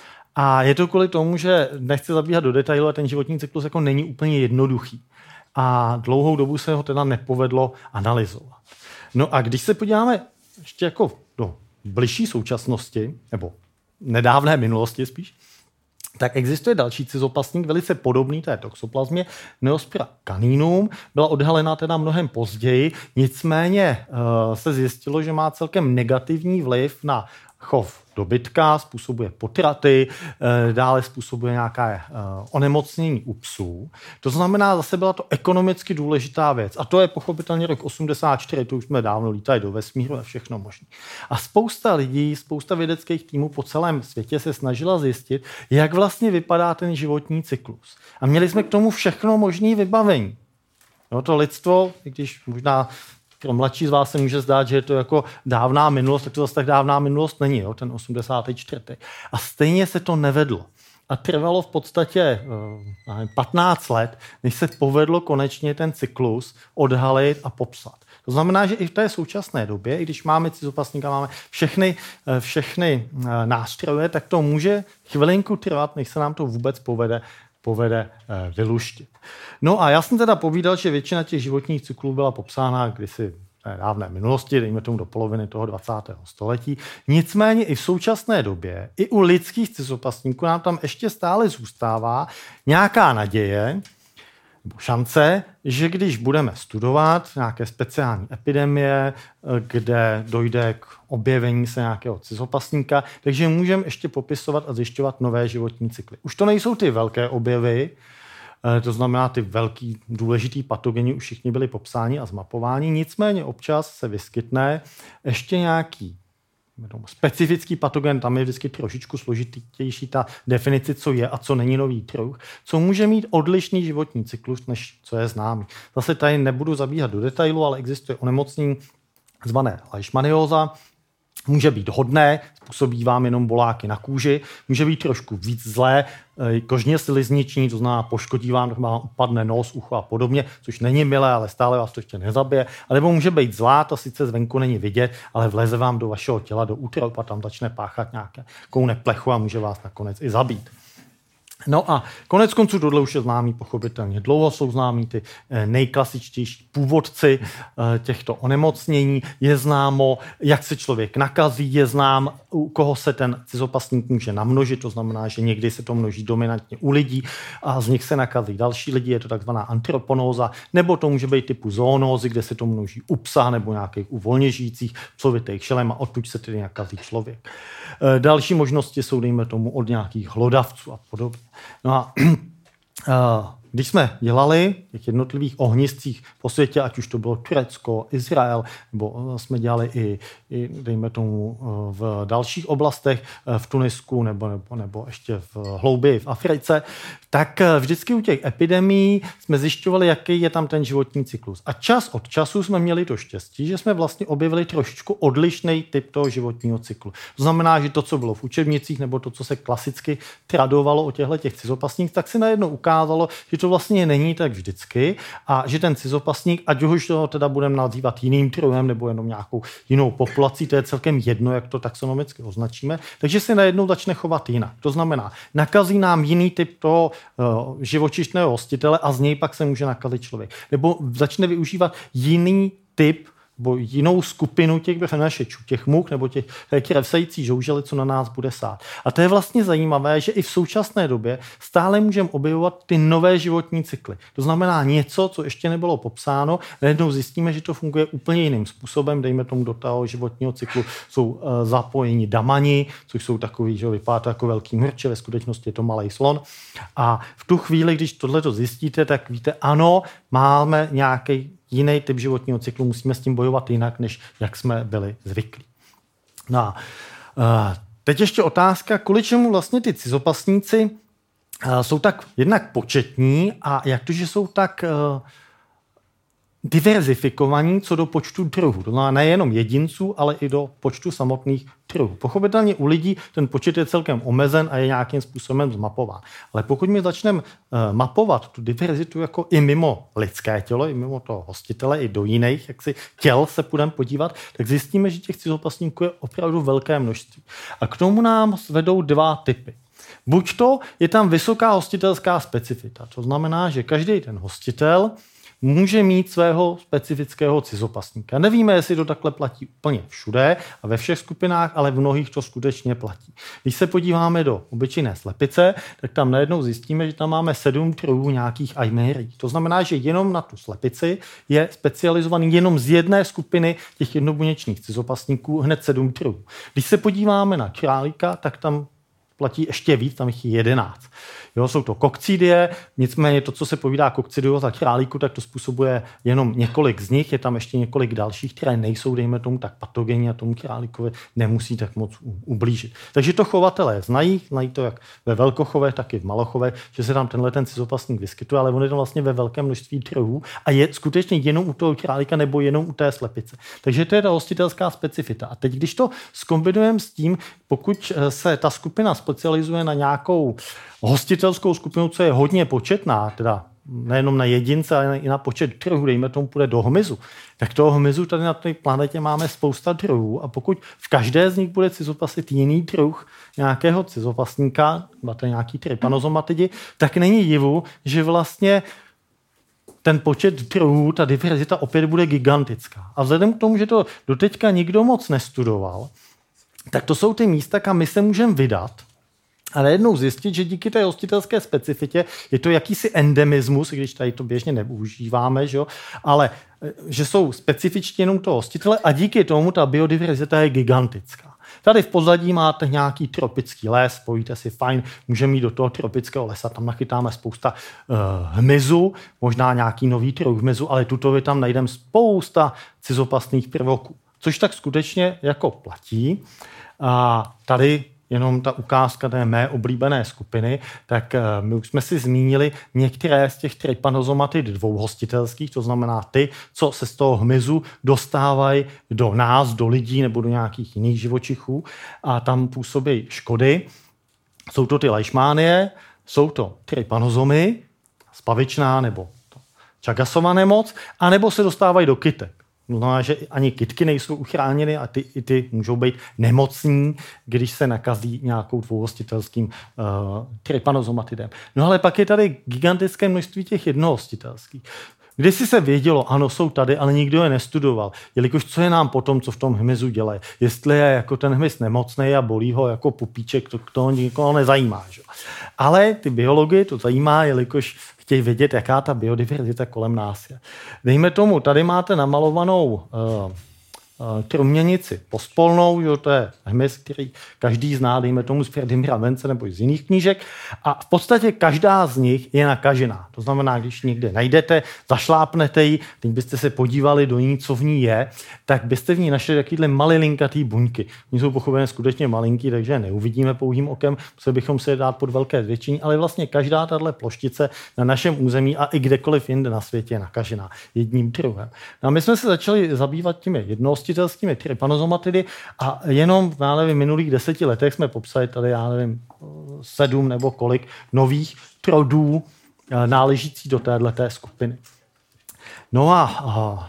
A je to kvůli tomu, že nechci zabíhat do detailu, a ten životní cyklus jako není úplně jednoduchý. A dlouhou dobu se ho teda nepovedlo analyzovat. No a když se podíváme ještě jako do bližší současnosti, nebo nedávné minulosti spíš, tak existuje další cizopasník, velice podobný té toxoplasmě, Neospira caninum, byla odhalena teda mnohem později, nicméně uh, se zjistilo, že má celkem negativní vliv na chov dobytka, způsobuje potraty, dále způsobuje nějaké onemocnění u psů. To znamená, zase byla to ekonomicky důležitá věc. A to je pochopitelně rok osmdesát čtyři, to už jsme dávno lítali do vesmíru a všechno možné. A spousta lidí, spousta vědeckých týmů po celém světě se snažila zjistit, jak vlastně vypadá ten životní cyklus. A měli jsme k tomu všechno možné vybavení. No, to lidstvo, i když možná pro mladší z vás se může zdát, že je to jako dávná minulost, tak to zase tak dávná minulost není, jo, ten osmdesátý čtvrtý. A stejně se to nevedlo. A trvalo v podstatě nevím, patnáct let, než se povedlo konečně ten cyklus odhalit a popsat. To znamená, že i v té současné době, i když máme cizopasníka, máme všechny, všechny nástroje, tak to může chvilinku trvat, než se nám to vůbec povede povede vyluštit. No a já jsem teda povídal, že většina těch životních cyklů byla popsána kdysi v dávné minulosti, dejme tomu do poloviny toho dvacátého století. Nicméně i v současné době, i u lidských cizopasníků nám tam ještě stále zůstává nějaká naděje, nebo šance, že když budeme studovat nějaké speciální epidemie, kde dojde k objevení se nějakého cizopasníka, takže můžeme ještě popisovat a zjišťovat nové životní cykly. Už to nejsou ty velké objevy, to znamená ty velký důležitý patogeni už všichni byli popsáni a zmapováni, nicméně občas se vyskytne ještě nějaký specifický patogen, tam je vždycky trošičku složitější ta definice, co je a co není nový druh, co může mít odlišný životní cyklus, než co je známý. Zase tady nebudu zabíhat do detailu, ale existuje onemocnění zvané leishmanióza, může být hodné, způsobí vám jenom boláky na kůži, může být trošku víc zlé, kožně slizniční, to znamená poškodí vám, vám upadne nos, ucho a podobně, což není milé, ale stále vás to ještě nezabije. A nebo může být zlá, to sice zvenku není vidět, ale vleze vám do vašeho těla, do útrob a tam začne páchat nějaké koune plechu a může vás nakonec i zabít. No a konec konců tohle už je známý pochopitelně. Dlouho jsou známí ty nejklasičtější původci těchto onemocnění. Je známo, jak se člověk nakazí, je znám, u koho se ten cizopasník může namnožit, to znamená, že někdy se to množí dominantně u lidí a z nich se nakazí další lidi, je to takzvaná antroponóza, nebo to může být typu zoonózy, kde se to množí u psa nebo nějakých u volně žijících psovitých šelem a odtud se tedy nakazí člověk. Další možnosti jsou, dejme tomu, od nějakých hlodavců a podobně. No a když jsme dělali těch jednotlivých ohniscích po světě, ať už to bylo Turecko, Izrael, nebo jsme dělali i, i dejme tomu, v dalších oblastech, v Tunisku nebo, nebo, nebo ještě v hlouběji v Africe, tak vždycky u těch epidemií jsme zjišťovali, jaký je tam ten životní cyklus. A čas od času jsme měli to štěstí, že jsme vlastně objevili trošičku odlišný typ toho životního cyklu. To znamená, že to, co bylo v učebnicích, nebo to, co se klasicky tradovalo o těchto těch cizopasních, tak se najednou ukázalo, že to vlastně není tak vždycky a že ten cizopasník, ať už to teda budeme nazývat jiným druhem nebo jenom nějakou jinou populací, to je celkem jedno, jak to taxonomicky označíme, takže se najednou začne chovat jinak. To znamená, nakazí nám jiný typ toho uh, živočišného hostitele a z něj pak se může nakazit člověk. Nebo začne využívat jiný typ nebo jinou skupinu těch přenašečů, těch much nebo těch krevsající žoužely, co na nás bude sát. A to je vlastně zajímavé, že i v současné době stále můžeme objevovat ty nové životní cykly. To znamená něco, co ještě nebylo popsáno, najednou zjistíme, že to funguje úplně jiným způsobem, dejme tomu do toho životního cyklu jsou uh, zapojeni damani, což jsou takový, že vypadá to jako velký mrče, ve skutečnosti je to malej slon. A v tu chvíli, když tohleto zjistíte, tak víte, ano, máme nějaký jiný typ životního cyklu, musíme s tím bojovat jinak, než jak jsme byli zvyklí. No a teď ještě otázka, kvůli čemu vlastně ty cizopasníci jsou tak jednak početní a jak to, že jsou tak diverzifikovaní co do počtu druhů. To znamená nejenom jedinců, ale i do počtu samotných druhů. Pochopitelně u lidí ten počet je celkem omezen a je nějakým způsobem zmapován. Ale pokud my začneme uh, mapovat tu diverzitu jako i mimo lidské tělo, i mimo toho hostitele, i do jiných jaksi těl se půjdeme podívat, tak zjistíme, že těch cizopasníků je opravdu velké množství. A k tomu nám vedou dva typy. Buď to je tam vysoká hostitelská specifita. To znamená, že každý ten hostitel může mít svého specifického cizopasníka. Nevíme, jestli to takhle platí úplně všude a ve všech skupinách, ale v mnohých to skutečně platí. Když se podíváme do obyčejné slepice, tak tam najednou zjistíme, že tam máme sedm druhů nějakých aimérií. To znamená, že jenom na tu slepici je specializovaný jenom z jedné skupiny těch jednobuněčných cizopasníků hned sedm druhů. Když se podíváme na králíka, tak tam platí ještě víc, tam jich je jedenáct. Jo, jsou to kokcidie, nicméně to, co se povídá kokcidioza králíku, tak to způsobuje jenom několik z nich, je tam ještě několik dalších, které nejsou, dejme tomu, tak patogenní a tomu králíkovi nemusí tak moc ublížit. Takže to chovatelé znají, znají to jak ve velkochovech, tak i v malochovech, že se tam tenhle ten cizopasník vyskytuje, ale on je tam vlastně ve velkém množství druhů a je skutečně jenom u toho králíka nebo jenom u té slepice. Takže to je ta hostitelská specifita. A teď, když to zkombinujeme s tím, pokud se ta skupina specializuje na nějakou hostitelskou skupinu, co je hodně početná, teda nejenom na jedince, ale i na počet druhů, dejme tomu půjde do hmyzu, tak toho hmyzu tady na té planetě máme spousta druhů a pokud v každé z nich bude cizopasit jiný druh nějakého cizopasníka, máte nějaký trypanosomatidi, tak není divu, že vlastně ten počet druhů, ta diverzita opět bude gigantická. A vzhledem k tomu, že to doteďka nikdo moc nestudoval, tak to jsou ty místa, kam my se můžeme vydat a najednou zjistit, že díky té hostitelské specifitě je to jakýsi endemismus, když tady to běžně neužíváme, že jo? Ale že jsou specifičtě jenom to hostitele a díky tomu ta biodiverzita je gigantická. Tady v pozadí máte nějaký tropický les, spojíte si fajn, můžeme jít do toho tropického lesa, tam nachytáme spousta uh, hmyzu, možná nějaký nový druh hmyzu, ale tutově tam najdeme spousta cizopasných prvoků, což tak skutečně jako platí. A tady jenom ta ukázka té mé oblíbené skupiny, tak my už jsme si zmínili některé z těch trypanosomatid dvouhostitelských, to znamená ty, co se z toho hmyzu dostávají do nás, do lidí nebo do nějakých jiných živočichů a tam působí škody. Jsou to ty leishmanie, jsou to trypanosomy, spavičná nebo Chagasova nemoc, anebo se dostávají do kytek. No, že ani kytky nejsou uchráněny a ty, i ty můžou být nemocní, když se nakazí nějakou dvouhostitelským uh, trypanosomatidem. No ale pak je tady gigantické množství těch jednohostitelských. Kdysi se vědělo, ano, jsou tady, ale nikdo je nestudoval. Jelikož co je nám potom, co v tom hmyzu dělají? Jestli je jako ten hmyz nemocný a bolí ho jako pupíček, to, to nikoho nezajímá. Že? Ale ty biology to zajímá, jelikož chtějí vědět, jaká ta biodiverzita kolem nás je. Dejme tomu, tady máte namalovanou uh, trumněnici pospolnou, že to je hmyz, který každý zná, dejme tomu z Vladimíra Vence nebo z jiných knížek. A v podstatě každá z nich je nakažená. To znamená, když někde najdete, zašlápnete ji, teď byste se podívali do ní, co v ní je, tak byste v ní našli takovýhle malilinkatý buňky. Oni jsou pochopitelně skutečně malinký, takže neuvidíme pouhým okem, museli bychom se je dát pod velké zvětšení, ale vlastně každá tahle ploštice na našem území a i kdekoliv jinde na světě je nakažená jedním druhem. No a my jsme se začali zabývat těmi jednohostitelskými trypanosomatidy a jenom já nevím, v minulých deseti letech jsme popsali tady, já nevím, sedm nebo kolik nových rodů náležící do téhleté skupiny. No a, a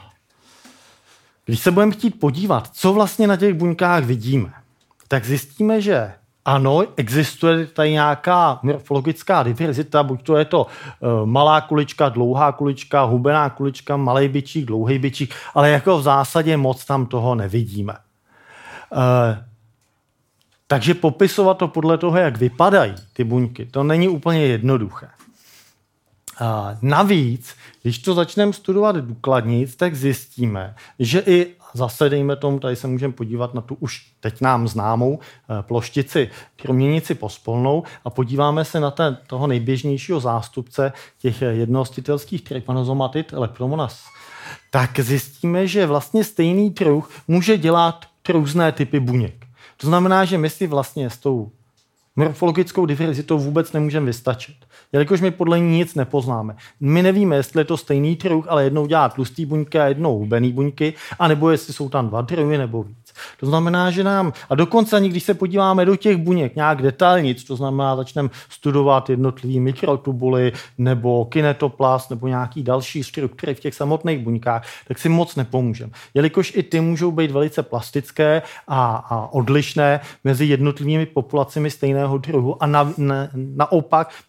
když se budeme chtít podívat, co vlastně na těch buňkách vidíme, tak zjistíme, že ano, existuje tady nějaká morfologická diverzita, buď to je to uh, malá kulička, dlouhá kulička, hubená kulička, malej bičík, dlouhý bičík, ale jako v zásadě moc tam toho nevidíme. Uh, takže popisovat to podle toho, jak vypadají ty buňky, to není úplně jednoduché. Uh, navíc, když to začneme studovat důkladněji, tak zjistíme, že i zase, dejme tomu, tady se můžeme podívat na tu už teď nám známou ploštici trumněnici pospolnou a podíváme se na ten, toho nejběžnějšího zástupce těch jednohostitelských trypanosomatid, Leptomonas. Tak zjistíme, že vlastně stejný druh může dělat různé typy buněk. To znamená, že my si vlastně s tou morfologickou diverzitou vůbec nemůžeme vystačit. Jelikož my podle ní nic nepoznáme. My nevíme, jestli je to stejný druh, ale jednou dělá tlustý buňky a jednou hubený buňky, anebo jestli jsou tam dva druhy nebo víc. To znamená, že nám, a dokonce ani když se podíváme do těch buněk nějak detailnic, to znamená, začneme studovat jednotlivý mikrotubuly nebo kinetoplast nebo nějaký další struktury v těch samotných buňkách, tak si moc nepomůžeme. Jelikož i ty můžou být velice plastické a, a odlišné mezi jednotlivými populacemi stejného druhu a na, na, naopak mezi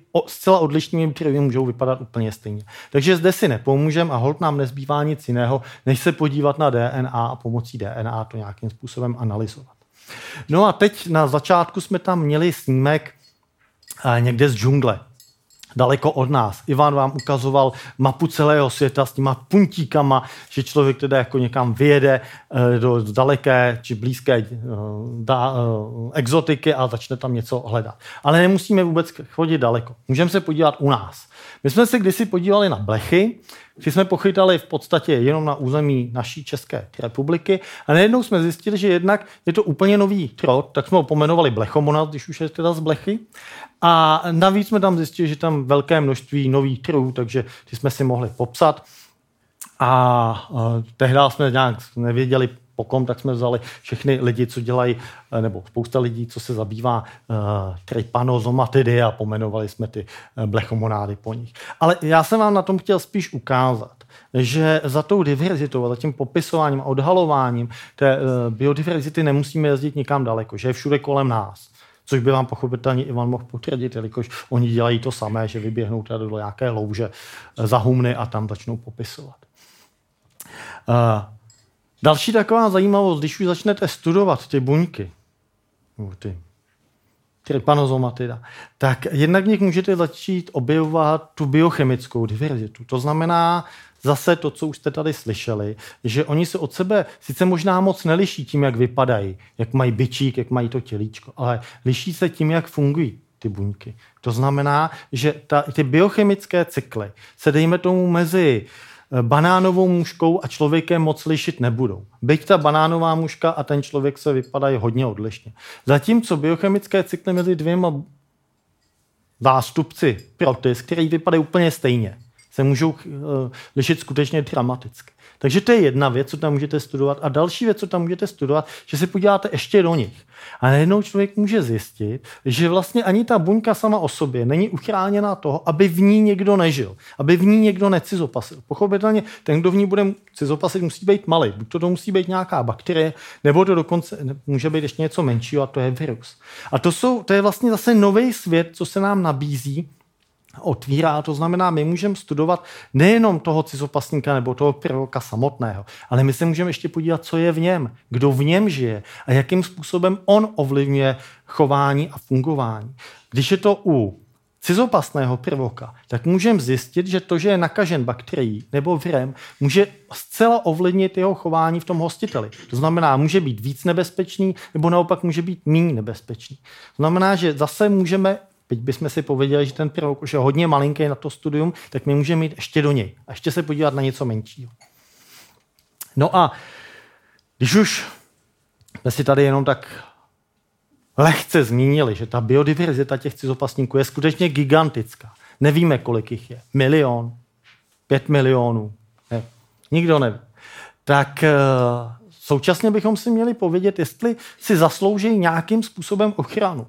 zcela odlišnými bakteriemi můžou vypadat úplně stejně. Takže zde si nepomůžeme a holt nám nezbývá nic jiného, než se podívat na D N A a pomocí D N A to nějakým způsobem analyzovat. No a teď na začátku jsme tam měli snímek někde z džungle, daleko od nás. Ivan vám ukazoval mapu celého světa s těma puntíkama, že člověk teda jako někam vyjede do daleké či blízké da, exotiky a začne tam něco hledat. Ale nemusíme vůbec chodit daleko. Můžeme se podívat u nás. My jsme se kdysi podívali na blechy, když jsme pochytali v podstatě jenom na území naší České republiky a najednou jsme zjistili, že jednak je to úplně nový trot, tak jsme ho pomenovali blechomonad, když už je teda z blechy. A navíc jsme tam zjistili, že tam velké množství nových trů, takže ty jsme si mohli popsat. A, a tehdy jsme nějak nevěděli po kom, tak jsme vzali všechny lidi, co dělají, nebo spousta lidí, co se zabývá uh, trypanosomatidy a pomenovali jsme ty uh, blechomonády po nich. Ale já jsem vám na tom chtěl spíš ukázat, že za tou diverzitou a za tím popisováním a odhalováním té uh, biodiverzity nemusíme jezdit nikam daleko, že je všude kolem nás. Což by vám pochopitelně Ivan mohl potvrdit, jelikož oni dělají to samé, že vyběhnou tady do nějaké louže za humny a tam začnou popisovat. Uh, další taková zajímavost, když už začnete studovat ty buňky, ty trypanosomatida, tak jednak v nich můžete začít objevovat tu biochemickou diverzitu. To znamená zase to, co už jste tady slyšeli, že oni se od sebe sice možná moc neliší tím, jak vypadají, jak mají bičík, jak mají to tělíčko, ale liší se tím, jak fungují ty buňky. To znamená, že ta, ty biochemické cykly se dejme tomu mezi banánovou muškou a člověkem moc lišit nebudou. Byť ta banánová muška a ten člověk se vypadají hodně odlišně. Zatímco biochemické cykly mezi dvěma zástupci protis, který vypadají úplně stejně, se můžou uh, lišit skutečně dramaticky. Takže to je jedna věc, co tam můžete studovat. A další věc, co tam můžete studovat, že se podíváte ještě do nich. A najednou člověk může zjistit, že vlastně ani ta buňka sama o sobě není uchráněna toho, aby v ní někdo nežil, aby v ní někdo necizopasil. Pochopitelně ten, kdo v ní bude cizopasit, musí být malý. Buď to, to musí být nějaká bakterie, nebo to dokonce může být ještě něco menšího, a to je virus. A to, jsou, to je vlastně zase nový svět, co se nám nabízí, otvírá. To znamená, my můžeme studovat nejenom toho cizopasníka nebo toho prvoka samotného, ale my se můžeme ještě podívat, co je v něm, kdo v něm žije a jakým způsobem on ovlivňuje chování a fungování. Když je to u cizopasného prvoka, tak můžeme zjistit, že to, že je nakažen bakterií nebo virem, může zcela ovlivnit jeho chování v tom hostiteli. To znamená, může být víc nebezpečný nebo naopak může být méně nebezpečný. To znamená, že zase můžeme, byť bychom si pověděli, že ten prvok už je hodně malinký na to studium, tak my můžeme jít ještě do něj a ještě se podívat na něco menšího. No a když už jsme si tady jenom tak lehce zmínili, že ta biodiverzita těch cizopasníků je skutečně gigantická. Nevíme, kolik jich je. Milion, pět milionů, ne, nikdo neví. Tak uh, současně bychom si měli povědět, jestli si zaslouží nějakým způsobem ochranu.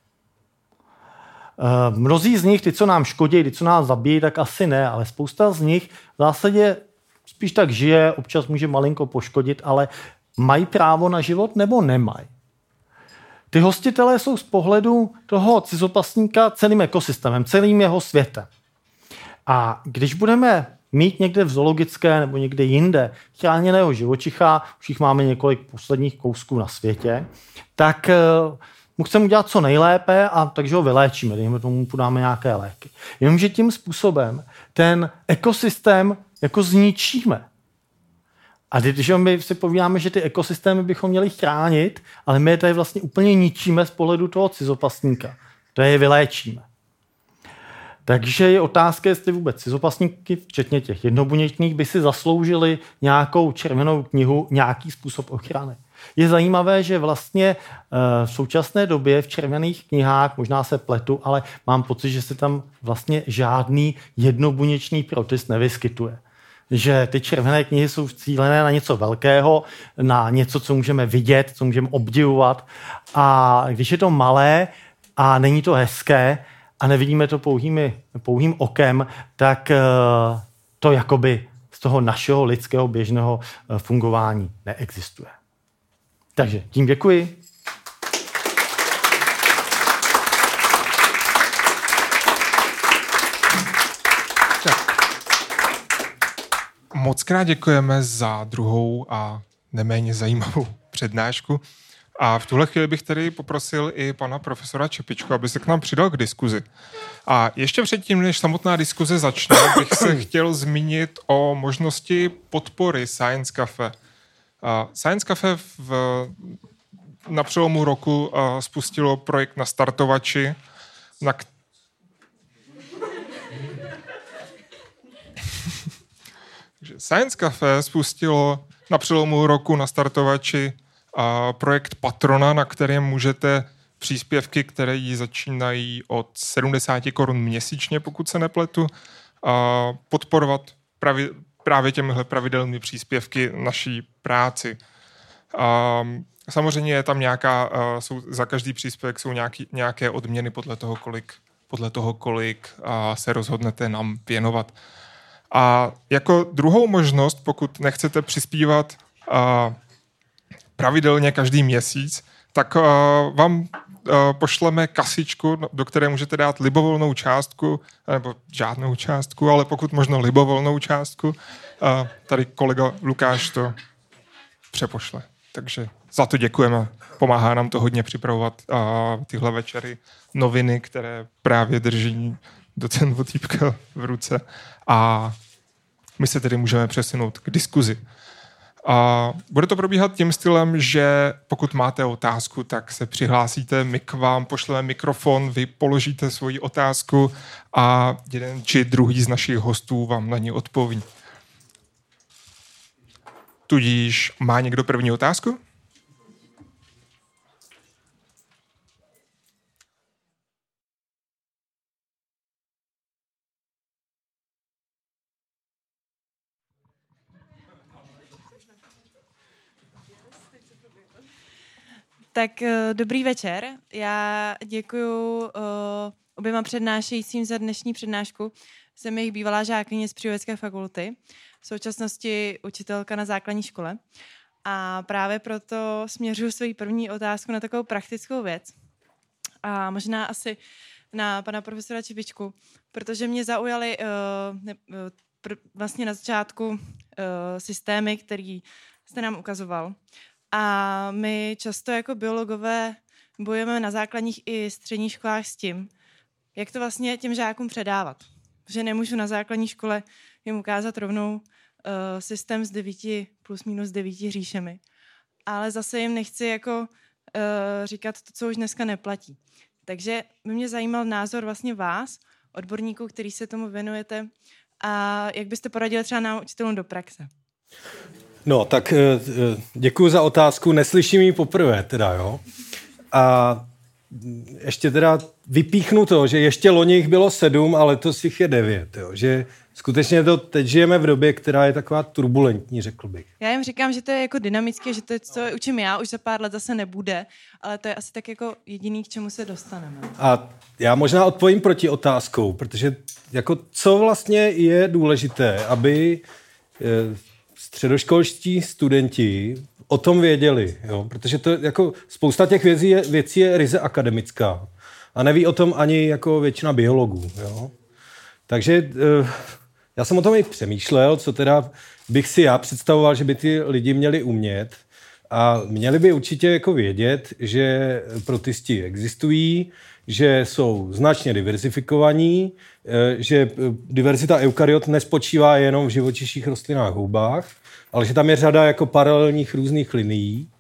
Uh, mnozí z nich, ty, co nám škodí, ty, co nás zabíjí, tak asi ne, ale spousta z nich v zásadě spíš tak žije, občas může malinko poškodit, ale mají právo na život nebo nemají? Ty hostitelé jsou z pohledu toho cizopasníka celým ekosystémem, celým jeho světem. A když budeme mít někde v zoologické nebo někde jinde chráněného živočicha, už jich máme několik posledních kousků na světě, tak mu chceme udělat co nejlépe a takže ho vyléčíme, dejme tomu podáme nějaké léky. Jenomže tím způsobem ten ekosystém jako zničíme. A když my si povídáme, že ty ekosystémy bychom měli chránit, ale my je tady vlastně úplně ničíme z pohledu toho cizopasníka. To je vyléčíme. Takže je otázka, jestli vůbec cizopasníky, včetně těch jednobuněčných, by si zasloužili nějakou červenou knihu, nějaký způsob ochrany. Je zajímavé, že vlastně v současné době v červených knihách, možná se pletu, ale mám pocit, že se tam vlastně žádný jednobuněčný protis nevyskytuje. Že ty červené knihy jsou cílené na něco velkého, na něco, co můžeme vidět, co můžeme obdivovat. A když je to malé a není to hezké a nevidíme to pouhými, pouhým okem, tak to jakoby z toho našeho lidského běžného fungování neexistuje. Takže tím děkuji. moc krát děkujeme za druhou a neméně zajímavou přednášku. A v tuhle chvíli bych tedy poprosil i pana profesora Čepičku, aby se k nám přidal k diskuzi. A ještě předtím, než samotná diskuze začne, bych se chtěl zmínit o možnosti podpory Science Cafe. Science Cafe v, na přelomu roku spustilo projekt na startovači, na k... Science Cafe spustilo na přelomu roku na startovači a projekt Patrona, na kterém můžete příspěvky, které jí začínají od sedmdesát korun měsíčně, pokud se nepletu, a podporovat pravi, právě těmihle pravidelnými příspěvky naší práci. A samozřejmě je tam nějaká, jsou, za každý příspěvek jsou nějaký, nějaké odměny podle toho, kolik, podle toho, kolik se rozhodnete nám věnovat. A jako druhou možnost, pokud nechcete přispívat a, pravidelně každý měsíc, tak a, vám a, pošleme kasičku, do které můžete dát libovolnou částku, nebo žádnou částku, ale pokud možno libovolnou částku. A tady kolega Lukáš to přepošle. Takže za to děkujeme. Pomáhá nám to hodně připravovat a, tyhle večery noviny, které právě drží docent Votýpka v ruce. A my se tedy můžeme přesunout k diskuzi. A bude to probíhat tím stylem, že pokud máte otázku, tak se přihlásíte, my k vám pošleme mikrofon, vy položíte svoji otázku a jeden či druhý z našich hostů vám na ní odpoví. Tudíž má někdo první otázku? Tak dobrý večer. Já děkuju uh, oběma přednášejícím za dnešní přednášku. Jsem jejich bývalá žákyně z Přírodovědecké fakulty, v současnosti učitelka na základní škole. A právě proto směřuji svou první otázku na takovou praktickou věc. A možná asi na pana profesora Čepičku, protože mě zaujaly uh, ne, uh, pr- vlastně na začátku uh, systémy, který jste nám ukazoval. A my často jako biologové bojujeme na základních i středních školách s tím, jak to vlastně těm žákům předávat. Že nemůžu na základní škole jim ukázat rovnou uh, systém s devíti plus minus devíti říšemi. Ale zase jim nechci jako uh, říkat to, co už dneska neplatí. Takže by mě zajímal názor vlastně vás, odborníků, který se tomu věnujete, a jak byste poradili třeba nám učitelům do praxe. No, tak děkuji za otázku. Neslyším ji poprvé, teda, jo. A ještě teda vypíchnu to, že ještě loni jich bylo sedm, ale letos jich je devět, jo. Že skutečně to teď žijeme v době, která je taková turbulentní, řekl bych. Já jim říkám, že to je jako dynamické, že to je, co učím já, už za pár let zase nebude, ale to je asi tak jako jediný, k čemu se dostaneme. A já možná odpovím proti otázkou, protože jako co vlastně je důležité, aby středoškolští studenti o tom věděli, jo? Protože to jako spousta těch věcí je, věcí je ryze akademická a neví o tom ani jako většina biologů. Jo? Takže já jsem o tom i přemýšlel, co teda bych si já představoval, že by ty lidi měli umět a měli by určitě jako vědět, že protisti existují, že jsou značně diverzifikovaní, že diverzita eukaryot nespočívá jenom v živočiších rostlinách houbách, ale že tam je řada jako paralelních různých linií.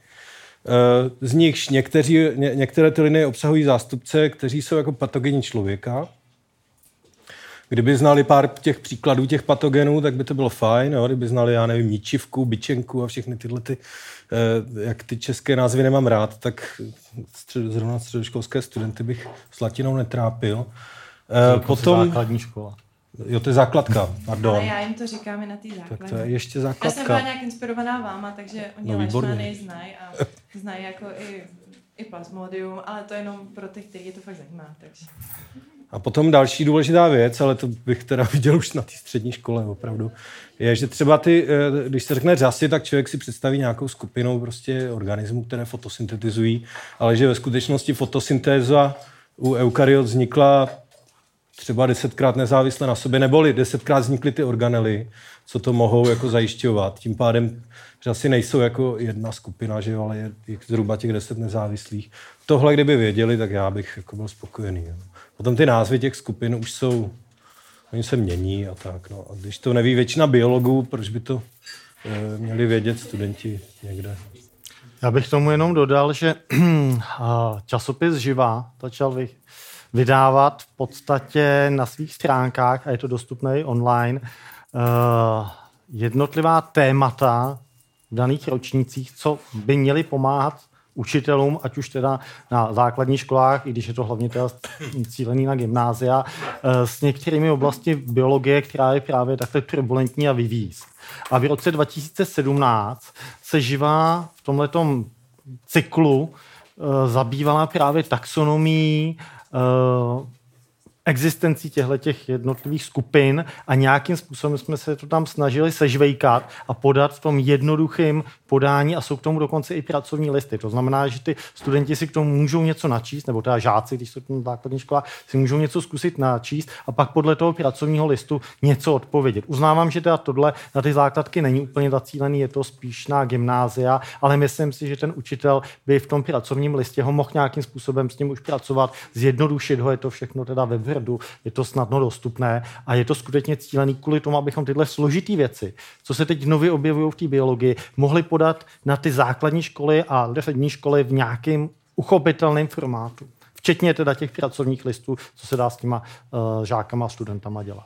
Z nichž někteří, ně, některé ty linie obsahují zástupce, kteří jsou jako patogeni člověka. Kdyby znali pár těch příkladů těch patogenů, tak by to bylo fajn. Jo? Kdyby znali, já nevím, ničivku, bičenku a všechny tyhle, ty, jak ty české názvy nemám rád, tak střed, zrovna středoškolské studenty bych s latinou netrápil. To potom základní škola. Jo, to je základka, pardon. Ale já jim to říkám i na té základní. Tak to je ještě základka. Já jsem byla nějak inspirovaná váma, takže oni no, leishmany znají a znají jako i, i plasmodium, ale to jenom pro ty, kteří to fakt zajímá. Takže. A potom další důležitá věc, ale to bych teda viděl už na té střední škole opravdu, je, že třeba ty, když se řekne řasy, tak člověk si představí nějakou skupinou prostě organismů, které fotosyntetizují, ale že ve skutečnosti fotosyntéza u eukaryot vznikla třeba desetkrát nezávisle na sobě, neboli desetkrát vznikly ty organely, co to mohou jako zajišťovat. Tím pádem, že asi nejsou jako jedna skupina, že jo, ale je, je zhruba těch deset nezávislých. Tohle, kdyby věděli, tak já bych jako byl spokojený. Jo. Potom ty názvy těch skupin už jsou, oni se mění a tak. No. A když to neví většina biologů, proč by to e, měli vědět studenti někde? Já bych tomu jenom dodal, že časopis Živa začal vydávat v podstatě na svých stránkách, a je to dostupné online, jednotlivá témata v daných ročnících, co by měly pomáhat učitelům, ať už teda na základních školách, i když je to hlavně teda cílený na gymnázia, s některými oblasti biologie, která je právě takhle turbulentní a vyvíjí. A v roce dva tisíce sedmnáct se Živa v tomhletom cyklu e, zabývala právě taxonomií, e, existencí těchto jednotlivých skupin a nějakým způsobem jsme se to tam snažili sežvejkat a podat v tom jednoduchém podání a jsou k tomu dokonce i pracovní listy. To znamená, že ty studenti si k tomu můžou něco načíst, nebo teda žáci, když jsou v základní škole, si můžou něco zkusit načíst a pak podle toho pracovního listu něco odpovědět. Uznávám, že teda tohle na ty základky není úplně zacílený, je to spíš na gymnázia, ale myslím si, že ten učitel by v tom pracovním listě ho mohl nějakým způsobem s ním už pracovat, zjednodušit ho, je to všechno teda ve Wordu, je to snadno dostupné a je to skutečně cílený kvůli tomu, abychom tyhle složitý věci, co se teď nově objevují v té biologii, mohli podat na ty základní školy a střední školy v nějakém uchopitelném formátu. Včetně teda těch pracovních listů, co se dá s těma uh, žákama a studentama dělat.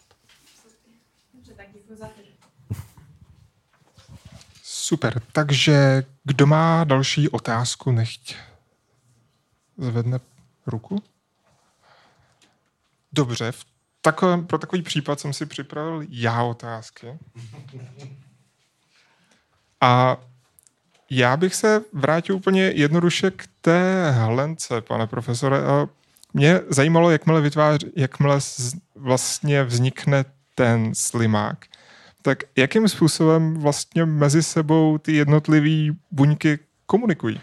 Super, takže kdo má další otázku, nechť zvedne ruku. Dobře, v takovém, pro takový případ jsem si připravil já otázky. A já bych se vrátil úplně jednoduše k té hlence, pane profesore. A mě zajímalo, jakmile, vytvář, jakmile vlastně vznikne ten slimák, tak jakým způsobem vlastně mezi sebou ty jednotlivé buňky komunikují?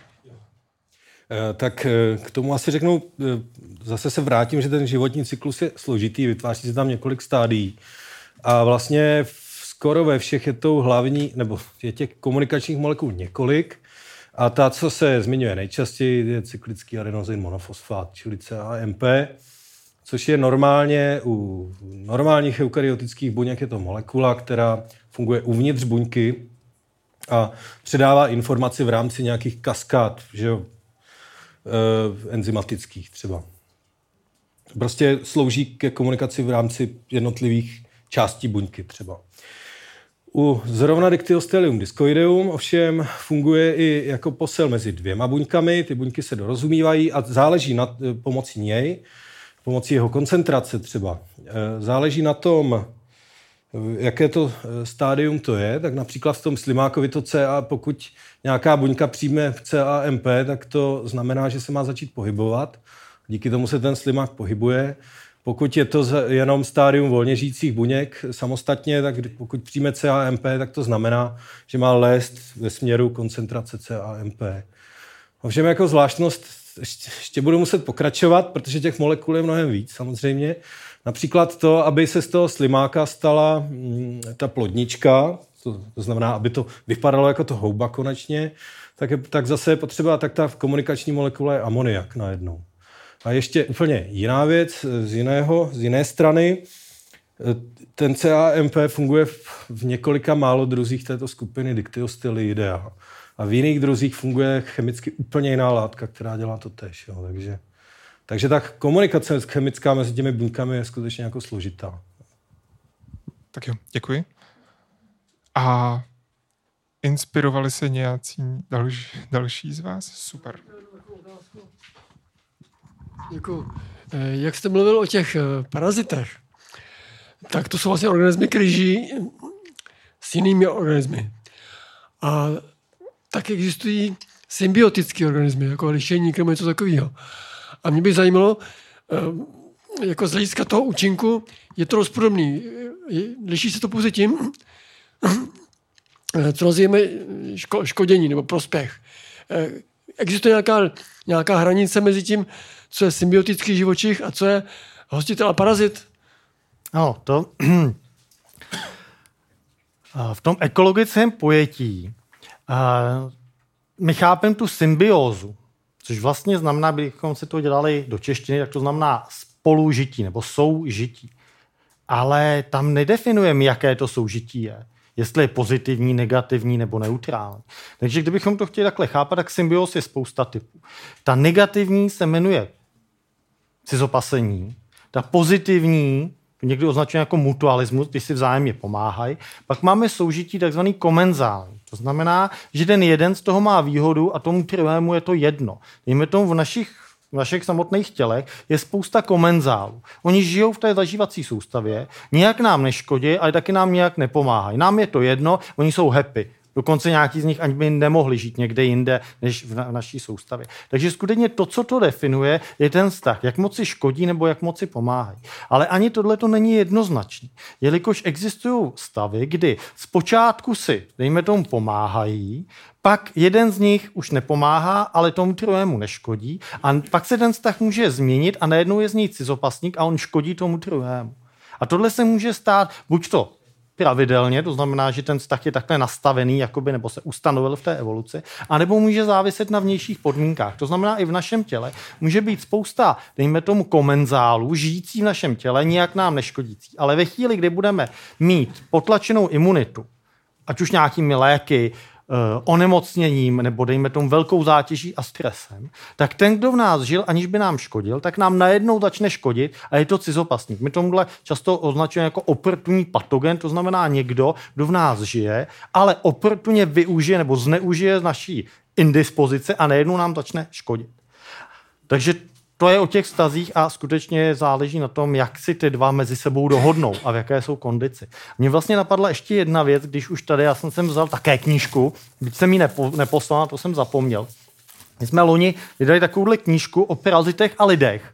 Tak k tomu asi řeknu, zase se vrátím, že ten životní cyklus je složitý, vytváří se tam několik stádií. A vlastně skoro ve všech je tou hlavní, nebo je těch komunikačních molekul několik. A ta, co se zmiňuje nejčastěji, je cyklický adenozin monofosfát, čili C A M P, což je normálně u normálních eukaryotických buněk je to molekula, která funguje uvnitř buňky a předává informaci v rámci nějakých kaskád, že jo, e, enzymatických třeba. Prostě slouží ke komunikaci v rámci jednotlivých částí buňky třeba. U zrovna Dictyostelium discoideum ovšem funguje i jako posel mezi dvěma buňkami, ty buňky se dorozumívají a záleží na pomocí něj, pomocí jeho koncentrace třeba, záleží na tom, jaké to stádium to je, tak například v tom slimákovi to C A, pokud nějaká buňka přijme C A M P, tak to znamená, že se má začít pohybovat. Díky tomu se ten slimák pohybuje. Pokud je to jenom stádium volně žijících buněk samostatně, tak pokud přijme C A M P, tak to znamená, že má lézt ve směru koncentrace C A M P. Ovšem jako zvláštnost ještě budu muset pokračovat, protože těch molekul je mnohem víc samozřejmě. Například to, aby se z toho slimáka stala mm, ta plodnička, to, to znamená, aby to vypadalo jako to houba konečně, tak, je, tak zase je potřeba, tak ta komunikační molekula je amoniak najednou. A ještě úplně jiná věc z, jiného, z jiné strany. Ten C A M P funguje v, v několika málo druzích této skupiny Dictyosteliidea. A v jiných druzích funguje chemicky úplně jiná látka, která dělá to též. Jo. Takže, takže ta komunikace chemická mezi těmi buňkami je skutečně jako složitá. Tak jo, děkuji. A inspirovali se nějací další, další z vás? Super. Děkuji. Jak jste mluvil o těch parazitech, tak to jsou vlastně organismy, které žijí s jinými organismy. A tak existují symbiotické organismy, jako lišejník nebo něco takového. A mě by zajímalo, jako z hlediska toho účinku, je to rozpodobný. Liší se to pouze tím, co nazýváme ško- škodění nebo prospěch. Existuje nějaká, nějaká hranice mezi tím, co je symbiotický živočich a co je hostitel a parazit? No, to v tom ekologickém pojetí my chápeme tu symbiózu, což vlastně znamená, kdybychom se to dělali do češtiny, tak to znamená spolužití nebo soužití. Ale tam nedefinujeme, jaké to soužití je. Jestli je pozitivní, negativní nebo neutrální. Takže kdybychom to chtěli takhle chápat, tak symbióz je spousta typů. Ta negativní se jmenuje cizopasení, ta pozitivní někdy označuje jako mutualismus, když si vzájemně pomáhají. Pak máme soužití takzvaný komenzální. To znamená, že ten jeden z toho má výhodu a tomu druhému je to jedno. Dejme tomu v našich, v našich samotných tělech je spousta komenzálů. Oni žijou v té zažívací soustavě, nijak nám neškodí, ale taky nám nijak nepomáhají. Nám je to jedno, oni jsou happy. Dokonce nějaký z nich ani by nemohli žít někde jinde, než v, na, v naší soustavě. Takže skutečně to, co to definuje, je ten vztah, jak moc si škodí nebo jak moc si pomáhají. Ale ani tohle to není jednoznačné, jelikož existují stavy, kdy zpočátku si, dejme tomu, pomáhají, pak jeden z nich už nepomáhá, ale tomu druhému neškodí a pak se ten vztah může změnit a najednou je z něj cizopasník a on škodí tomu druhému. A tohle se může stát buď to pravidelně, to znamená, že ten vztah je takhle nastavený, jakoby, nebo se ustanovil v té evoluci, anebo může záviset na vnějších podmínkách. To znamená, i v našem těle může být spousta, dejme tomu, komenzálů, žijící v našem těle, nijak nám neškodící. Ale ve chvíli, kdy budeme mít potlačenou imunitu, ať už nějakými léky, onemocněním nebo dejme tomu velkou zátěží a stresem, tak ten, kdo v nás žil, aniž by nám škodil, tak nám najednou začne škodit a je to cizopasník. My tomuhle často označujeme jako oportunní patogen, to znamená někdo, kdo v nás žije, ale oportunně využije nebo zneužije naší indispozice a najednou nám začne škodit. Takže to je o těch vztazích a skutečně záleží na tom, jak si ty dva mezi sebou dohodnou a v jaké jsou kondici. Mně vlastně napadla ještě jedna věc, když už tady, já jsem sem vzal také knížku, byť jsem ji nepo, neposlal, to jsem zapomněl. My jsme loni vydali takovouhle knížku o parazitech a lidech,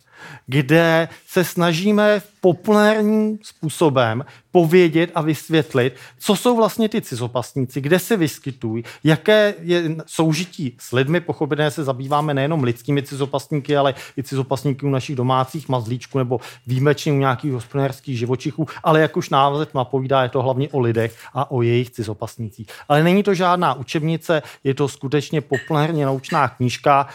kde se snažíme populárním způsobem povědět a vysvětlit, co jsou vlastně ty cizopasníci, kde se vyskytují, jaké je soužití s lidmi. Pochopitelně se zabýváme nejenom lidskými cizopasníky, ale i cizopasníky u našich domácích mazlíčků nebo výjimečně u nějakých hospodářských živočichů, ale jak už název napovídá, je to hlavně o lidech a o jejich cizopasnících. Ale není to žádná učebnice, je to skutečně populárně naučná knížka,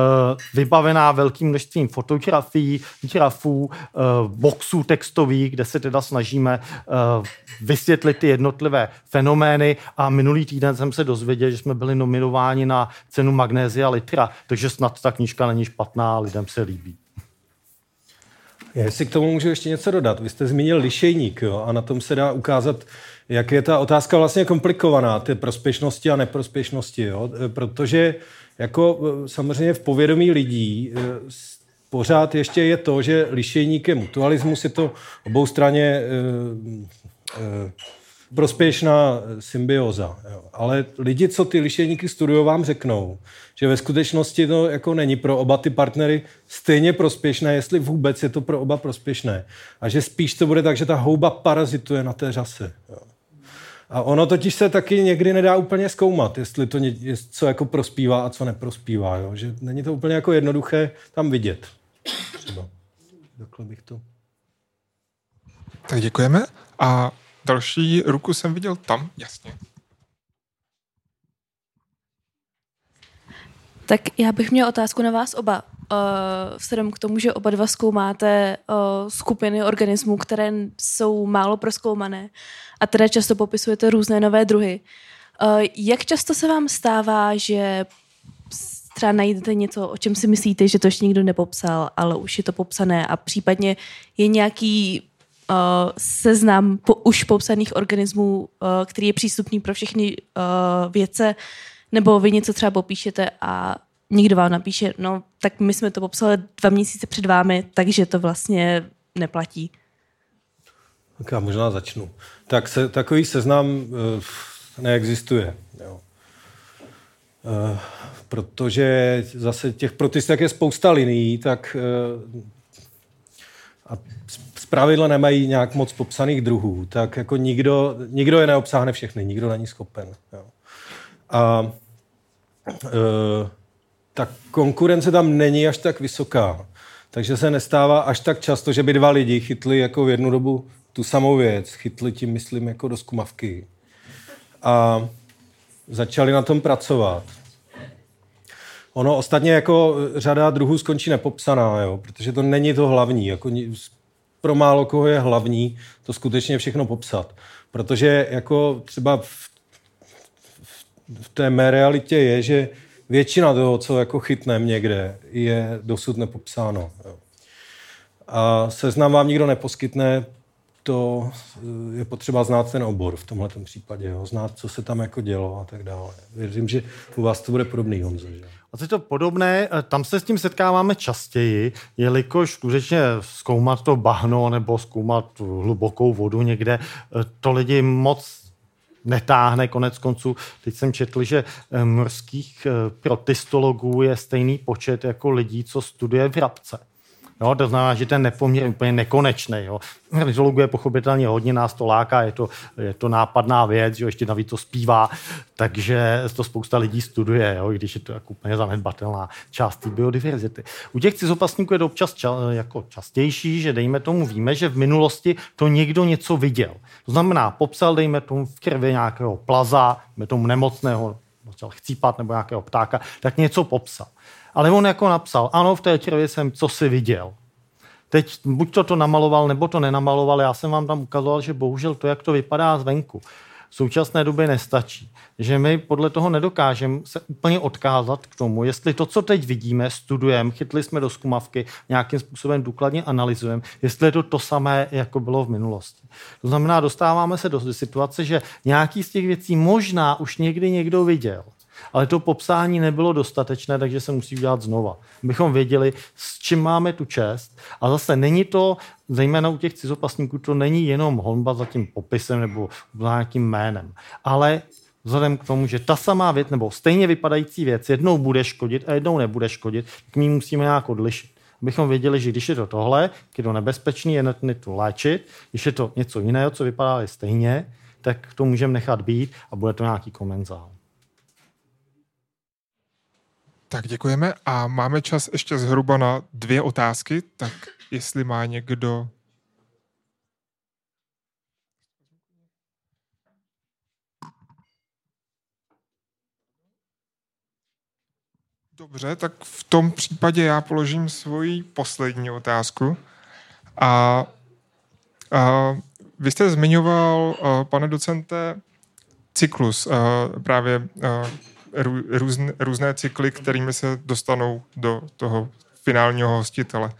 vybavená velkým množstvím fotografií, grafů, boxů textových, kde se teda snažíme vysvětlit ty jednotlivé fenomény a minulý týden jsem se dozvěděl, že jsme byli nominováni na cenu Magnésia Litra, takže snad ta knížka není špatná, lidem se líbí. Jestli k tomu můžu ještě něco dodat. Vy jste zmínil lišejník, jo, a na tom se dá ukázat, jak je ta otázka vlastně komplikovaná, ty prospěšnosti a neprospěšnosti, jo, protože jako samozřejmě v povědomí lidí pořád ještě je to, že lišejník je mutualismus, je to obou straně e, e, prospěšná symbioza. Jo. Ale lidi, co ty lišejníky studují, vám řeknou, že ve skutečnosti to jako není pro oba ty partnery stejně prospěšné, jestli vůbec je to pro oba prospěšné. A že spíš to bude tak, že ta houba parazituje na té řase. Jo. A ono totiž se taky někdy nedá úplně zkoumat, jestli to ně, co jako prospívá a co neprospívá. Jo. Že není to úplně jako jednoduché tam vidět. Třeba. Takhle bych to... Tak děkujeme. A další ruku jsem viděl tam, jasně. Tak já bych měla otázku na vás oba. Uh, vzhledem k tomu, že oba dva zkoumáte uh, skupiny organismů, které jsou málo prozkoumané a které často popisujete různé nové druhy. Uh, jak často se vám stává, že třeba najdete něco, o čem si myslíte, že to ještě nikdo nepopsal, ale už je to popsané a případně je nějaký uh, seznam po, už popsaných organismů, uh, který je přístupný pro všechny uh, vědce, nebo vy něco třeba popíšete a někdo vám napíše, no tak my jsme to popsali dva měsíce před vámi, takže to vlastně neplatí. Tak já možná začnu. Tak se, takový seznam uh, neexistuje. Jo. Uh, protože zase těch protistek je spousta linií, tak uh, a zpravidla nemají nějak moc popsaných druhů, tak jako nikdo, nikdo je neobsáhne všechny, nikdo není schopen. Jo. A uh, ta konkurence tam není až tak vysoká, takže se nestává až tak často, že by dva lidi chytli jako v jednu dobu tu samou věc, chytli tím, myslím, jako do zkumavky a začali na tom pracovat. Ono ostatně jako řada druhů skončí nepopsaná, jo, protože to není to hlavní. Jako pro málo koho je hlavní to skutečně všechno popsat. Protože jako třeba v, v, v té mé realitě je, že většina toho, co jako chytneme někde, je dosud nepopsáno. Jo. A seznam vám nikdo neposkytne, to je potřeba znát ten obor v tomhletom případě, jo. Znát, co se tam jako dělo a tak dále. Věřím, že u vás to bude podobný, Honzo. Že? A to je to podobné, tam se s tím setkáváme častěji, jelikož skutečně zkoumat to bahno nebo zkoumat hlubokou vodu někde, to lidi moc netáhne konec konců. Teď jsem četl, že mořských protistologů je stejný počet jako lidí, co studuje vrabce. Jo, to znamená, že ten nepoměr je úplně nekonečný. Ornitologů je pochopitelně hodně, nás to láká, je to, je to nápadná věc, jo, ještě navíc to zpívá, takže to spousta lidí studuje, jo, když je to jako úplně zanedbatelná část té biodiverzity. U těch cizopasníků je to občas ča, jako častější, že dejme tomu víme, že v minulosti to někdo něco viděl. To znamená, popsal, dejme tomu v krvi nějakého plaza, dejme tomu nemocného, začal chcípat nebo nějakého ptáka, tak něco popsal. Ale on jako napsal, ano, v té červě jsem co si viděl. Teď buď to to namaloval, nebo to nenamaloval, já jsem vám tam ukazoval, že bohužel to, jak to vypadá zvenku, v současné době nestačí. Že my podle toho nedokážeme se úplně odkázat k tomu, jestli to, co teď vidíme, studujeme, chytli jsme do zkumavky, nějakým způsobem důkladně analyzujeme, jestli je to to samé, jako bylo v minulosti. To znamená, dostáváme se do situace, že nějaký z těch věcí možná už někdy někdo viděl, ale to popsání nebylo dostatečné, takže se musí udělat znova. Abychom věděli, s čím máme tu čest. A zase není to, zejména u těch cizopasníků, to není jenom honba za tím popisem nebo za nějakým jménem. Ale vzhledem k tomu, že ta samá věc nebo stejně vypadající věc jednou bude škodit a jednou nebude škodit, tak my musíme nějak odlišit. Abychom věděli, že když je to tohle, je to nebezpečný, je nutné to léčit, když je to něco jiného, co vypadá stejně, tak to můžeme nechat být a bude to nějaký komenzál. Tak děkujeme a máme čas ještě zhruba na dvě otázky, tak jestli má někdo... Dobře, tak v tom případě já položím svoji poslední otázku. A, a vy jste zmiňoval, a, pane docente, cyklus, a, právě... A, Různé, různé cykly, kterými se dostanou do toho finálního hostitele.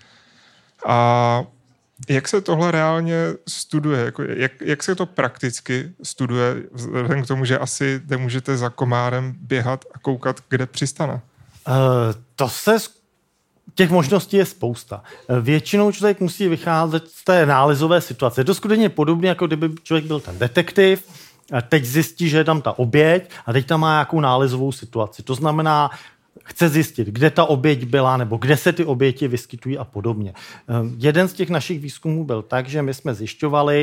A jak se tohle reálně studuje? Jako jak, jak se to prakticky studuje, vzhledem k tomu, že asi nemůžete za komárem běhat a koukat, kde přistane? Uh, to se... Těch možností je spousta. Většinou člověk musí vycházet z té nálezové situace. Je to skutečně podobně, jako kdyby člověk byl ten detektiv, a teď zjistí, že je tam ta oběť a teď tam má nějakou nálezovou situaci. To znamená, chce zjistit, kde ta oběť byla nebo kde se ty oběti vyskytují a podobně. Jeden z těch našich výzkumů byl tak, že my jsme zjišťovali,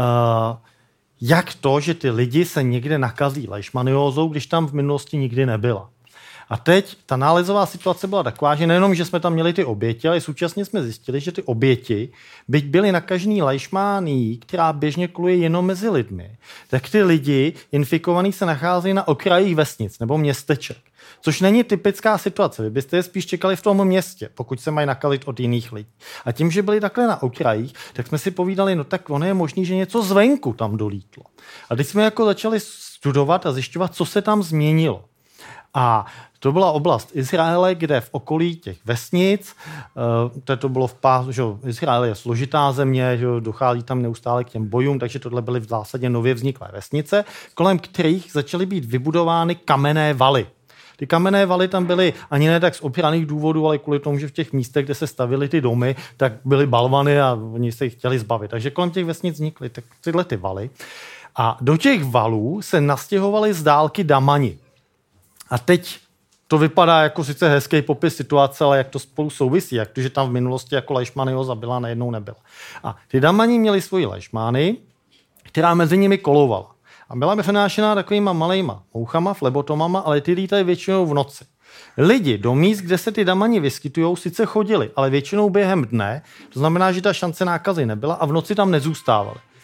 jak to, že ty lidi se někde nakazí leishmaniózou, když tam v minulosti nikdy nebyla. A teď ta nálezová situace byla taková, že nejenom, že jsme tam měli ty oběti, ale současně jsme zjistili, že ty oběti, byť byly nakažený leishmanií, která běžně koluje jenom mezi lidmi, tak ty lidi infikovaní se nacházejí na okrajích vesnic nebo městeček. Což není typická situace. Vy byste je spíš čekali v tom městě, pokud se mají nakazit od jiných lidí. A tím, že byli takhle na okrajích, tak jsme si povídali, no tak ono je možný, že něco zvenku tam dolítlo. A teď jsme jako začali studovat a zjišťovat, co se tam změnilo. A to byla oblast Izraele, kde v okolí těch vesnic, to, to bylo v pásu, že Izrael je složitá země, že dochází tam neustále k těm bojům, takže tohle byly v zásadě nově vzniklé vesnice, kolem kterých začaly být vybudovány kamenné valy. Ty kamenné valy tam byly ani ne tak z opěraných důvodů, ale kvůli tomu, že v těch místech, kde se stavily ty domy, tak byly balvany a oni se jich chtěli zbavit. Takže kolem těch vesnic vznikly tak tyhle ty valy. A do těch valů se nastěhovali z dálky damani. A teď to vypadá jako sice hezký popis situace, ale jak to spolu souvisí, jak to, že tam v minulosti jako leishmanióza byla, najednou nebyla. A ty damani měli svoji leishmanii, která mezi nimi kolovala. A byla by přenášená takovýma malejma mouchama, flebotomama, ale ty lítají většinou v noci. Lidi do míst, kde se ty damani vyskytují, sice chodili, ale většinou během dne, to znamená, že ta šance nákazy nebyla a v noci tam nezůstávali.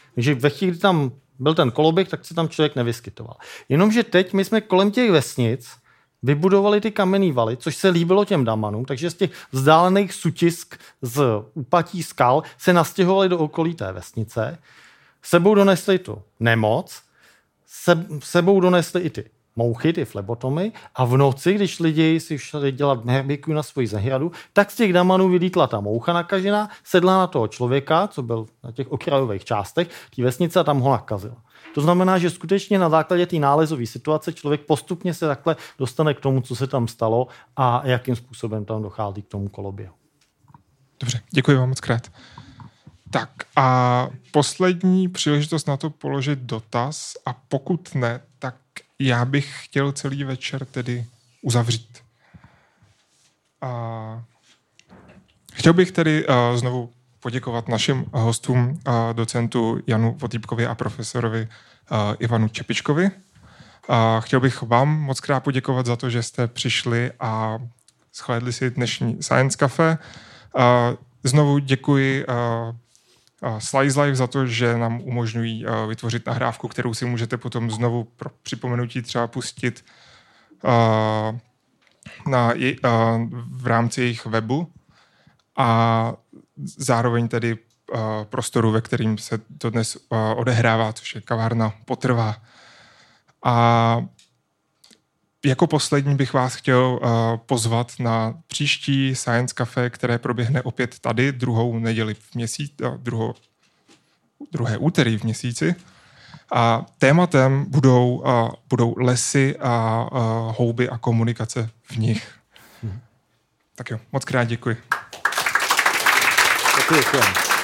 Takže ve chvíli, kdy tam byl ten koloběh, tak se tam člověk nevyskytoval. Jenomže teď my jsme kolem těch vesnic vybudovali ty kamenný valy, což se líbilo těm damanům, takže z těch vzdálených sutisk z úpatí skal se nastěhovali do okolí té vesnice, sebou donesli tu nemoc, se, sebou donesli i ty mouchy, ty flebotomy a v noci, když lidi si šli dělat herbiku na svoji zahradu, tak z těch damanů vylítla ta moucha nakažená, sedla na toho člověka, co byl na těch okrajových částech té vesnice a tam ho nakazila. To znamená, že skutečně na základě té nálezové situace člověk postupně se takhle dostane k tomu, co se tam stalo a jakým způsobem tam dochází k tomu koloběhu. Dobře, děkuji vám moc krát. Tak a poslední příležitost na to položit dotaz a pokud ne, tak já bych chtěl celý večer tedy uzavřít. A chtěl bych tedy uh, znovu poděkovat našim hostům, uh, docentu Janu Votýpkovi a profesorovi uh, Ivanu Čepičkovi. Uh, chtěl bych vám moc krát poděkovat za to, že jste přišli a shlédli si dnešní Science Café. Uh, znovu děkuji uh, uh, Slice Life za to, že nám umožňují uh, vytvořit nahrávku, kterou si můžete potom znovu pro připomenutí třeba pustit uh, na, uh, v rámci jejich webu. A zároveň tedy uh, prostoru, ve kterým se to dnes uh, odehrává, což je kavárna Potrvá. A jako poslední bych vás chtěl uh, pozvat na příští Science Café, které proběhne opět tady druhou neděli v měsíci, uh, druhou, druhé úterý v měsíci. A tématem budou, uh, budou lesy a uh, houby a komunikace v nich. Hmm. Tak jo, moc krát děkuji. Děkuji.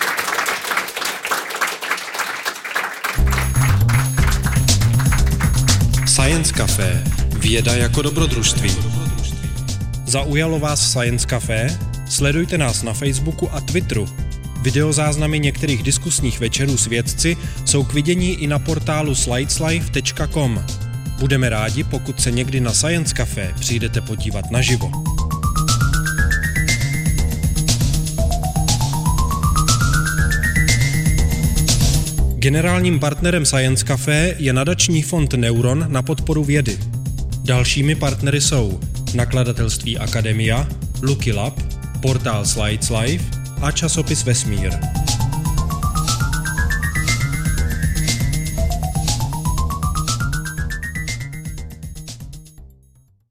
Science Café. Věda jako dobrodružství. Zaujalo vás Science Café? Sledujte nás na Facebooku a Twitteru. Videozáznamy některých diskusních večerů s vědci jsou k vidění i na portálu slideslife tečka com. Budeme rádi, pokud se někdy na Science Café přijdete podívat naživo. Generálním partnerem Science Café je nadační fond Neuron na podporu vědy. Dalšími partnery jsou nakladatelství Akademia, Lucky Lab, portál Slides Life a časopis Vesmír.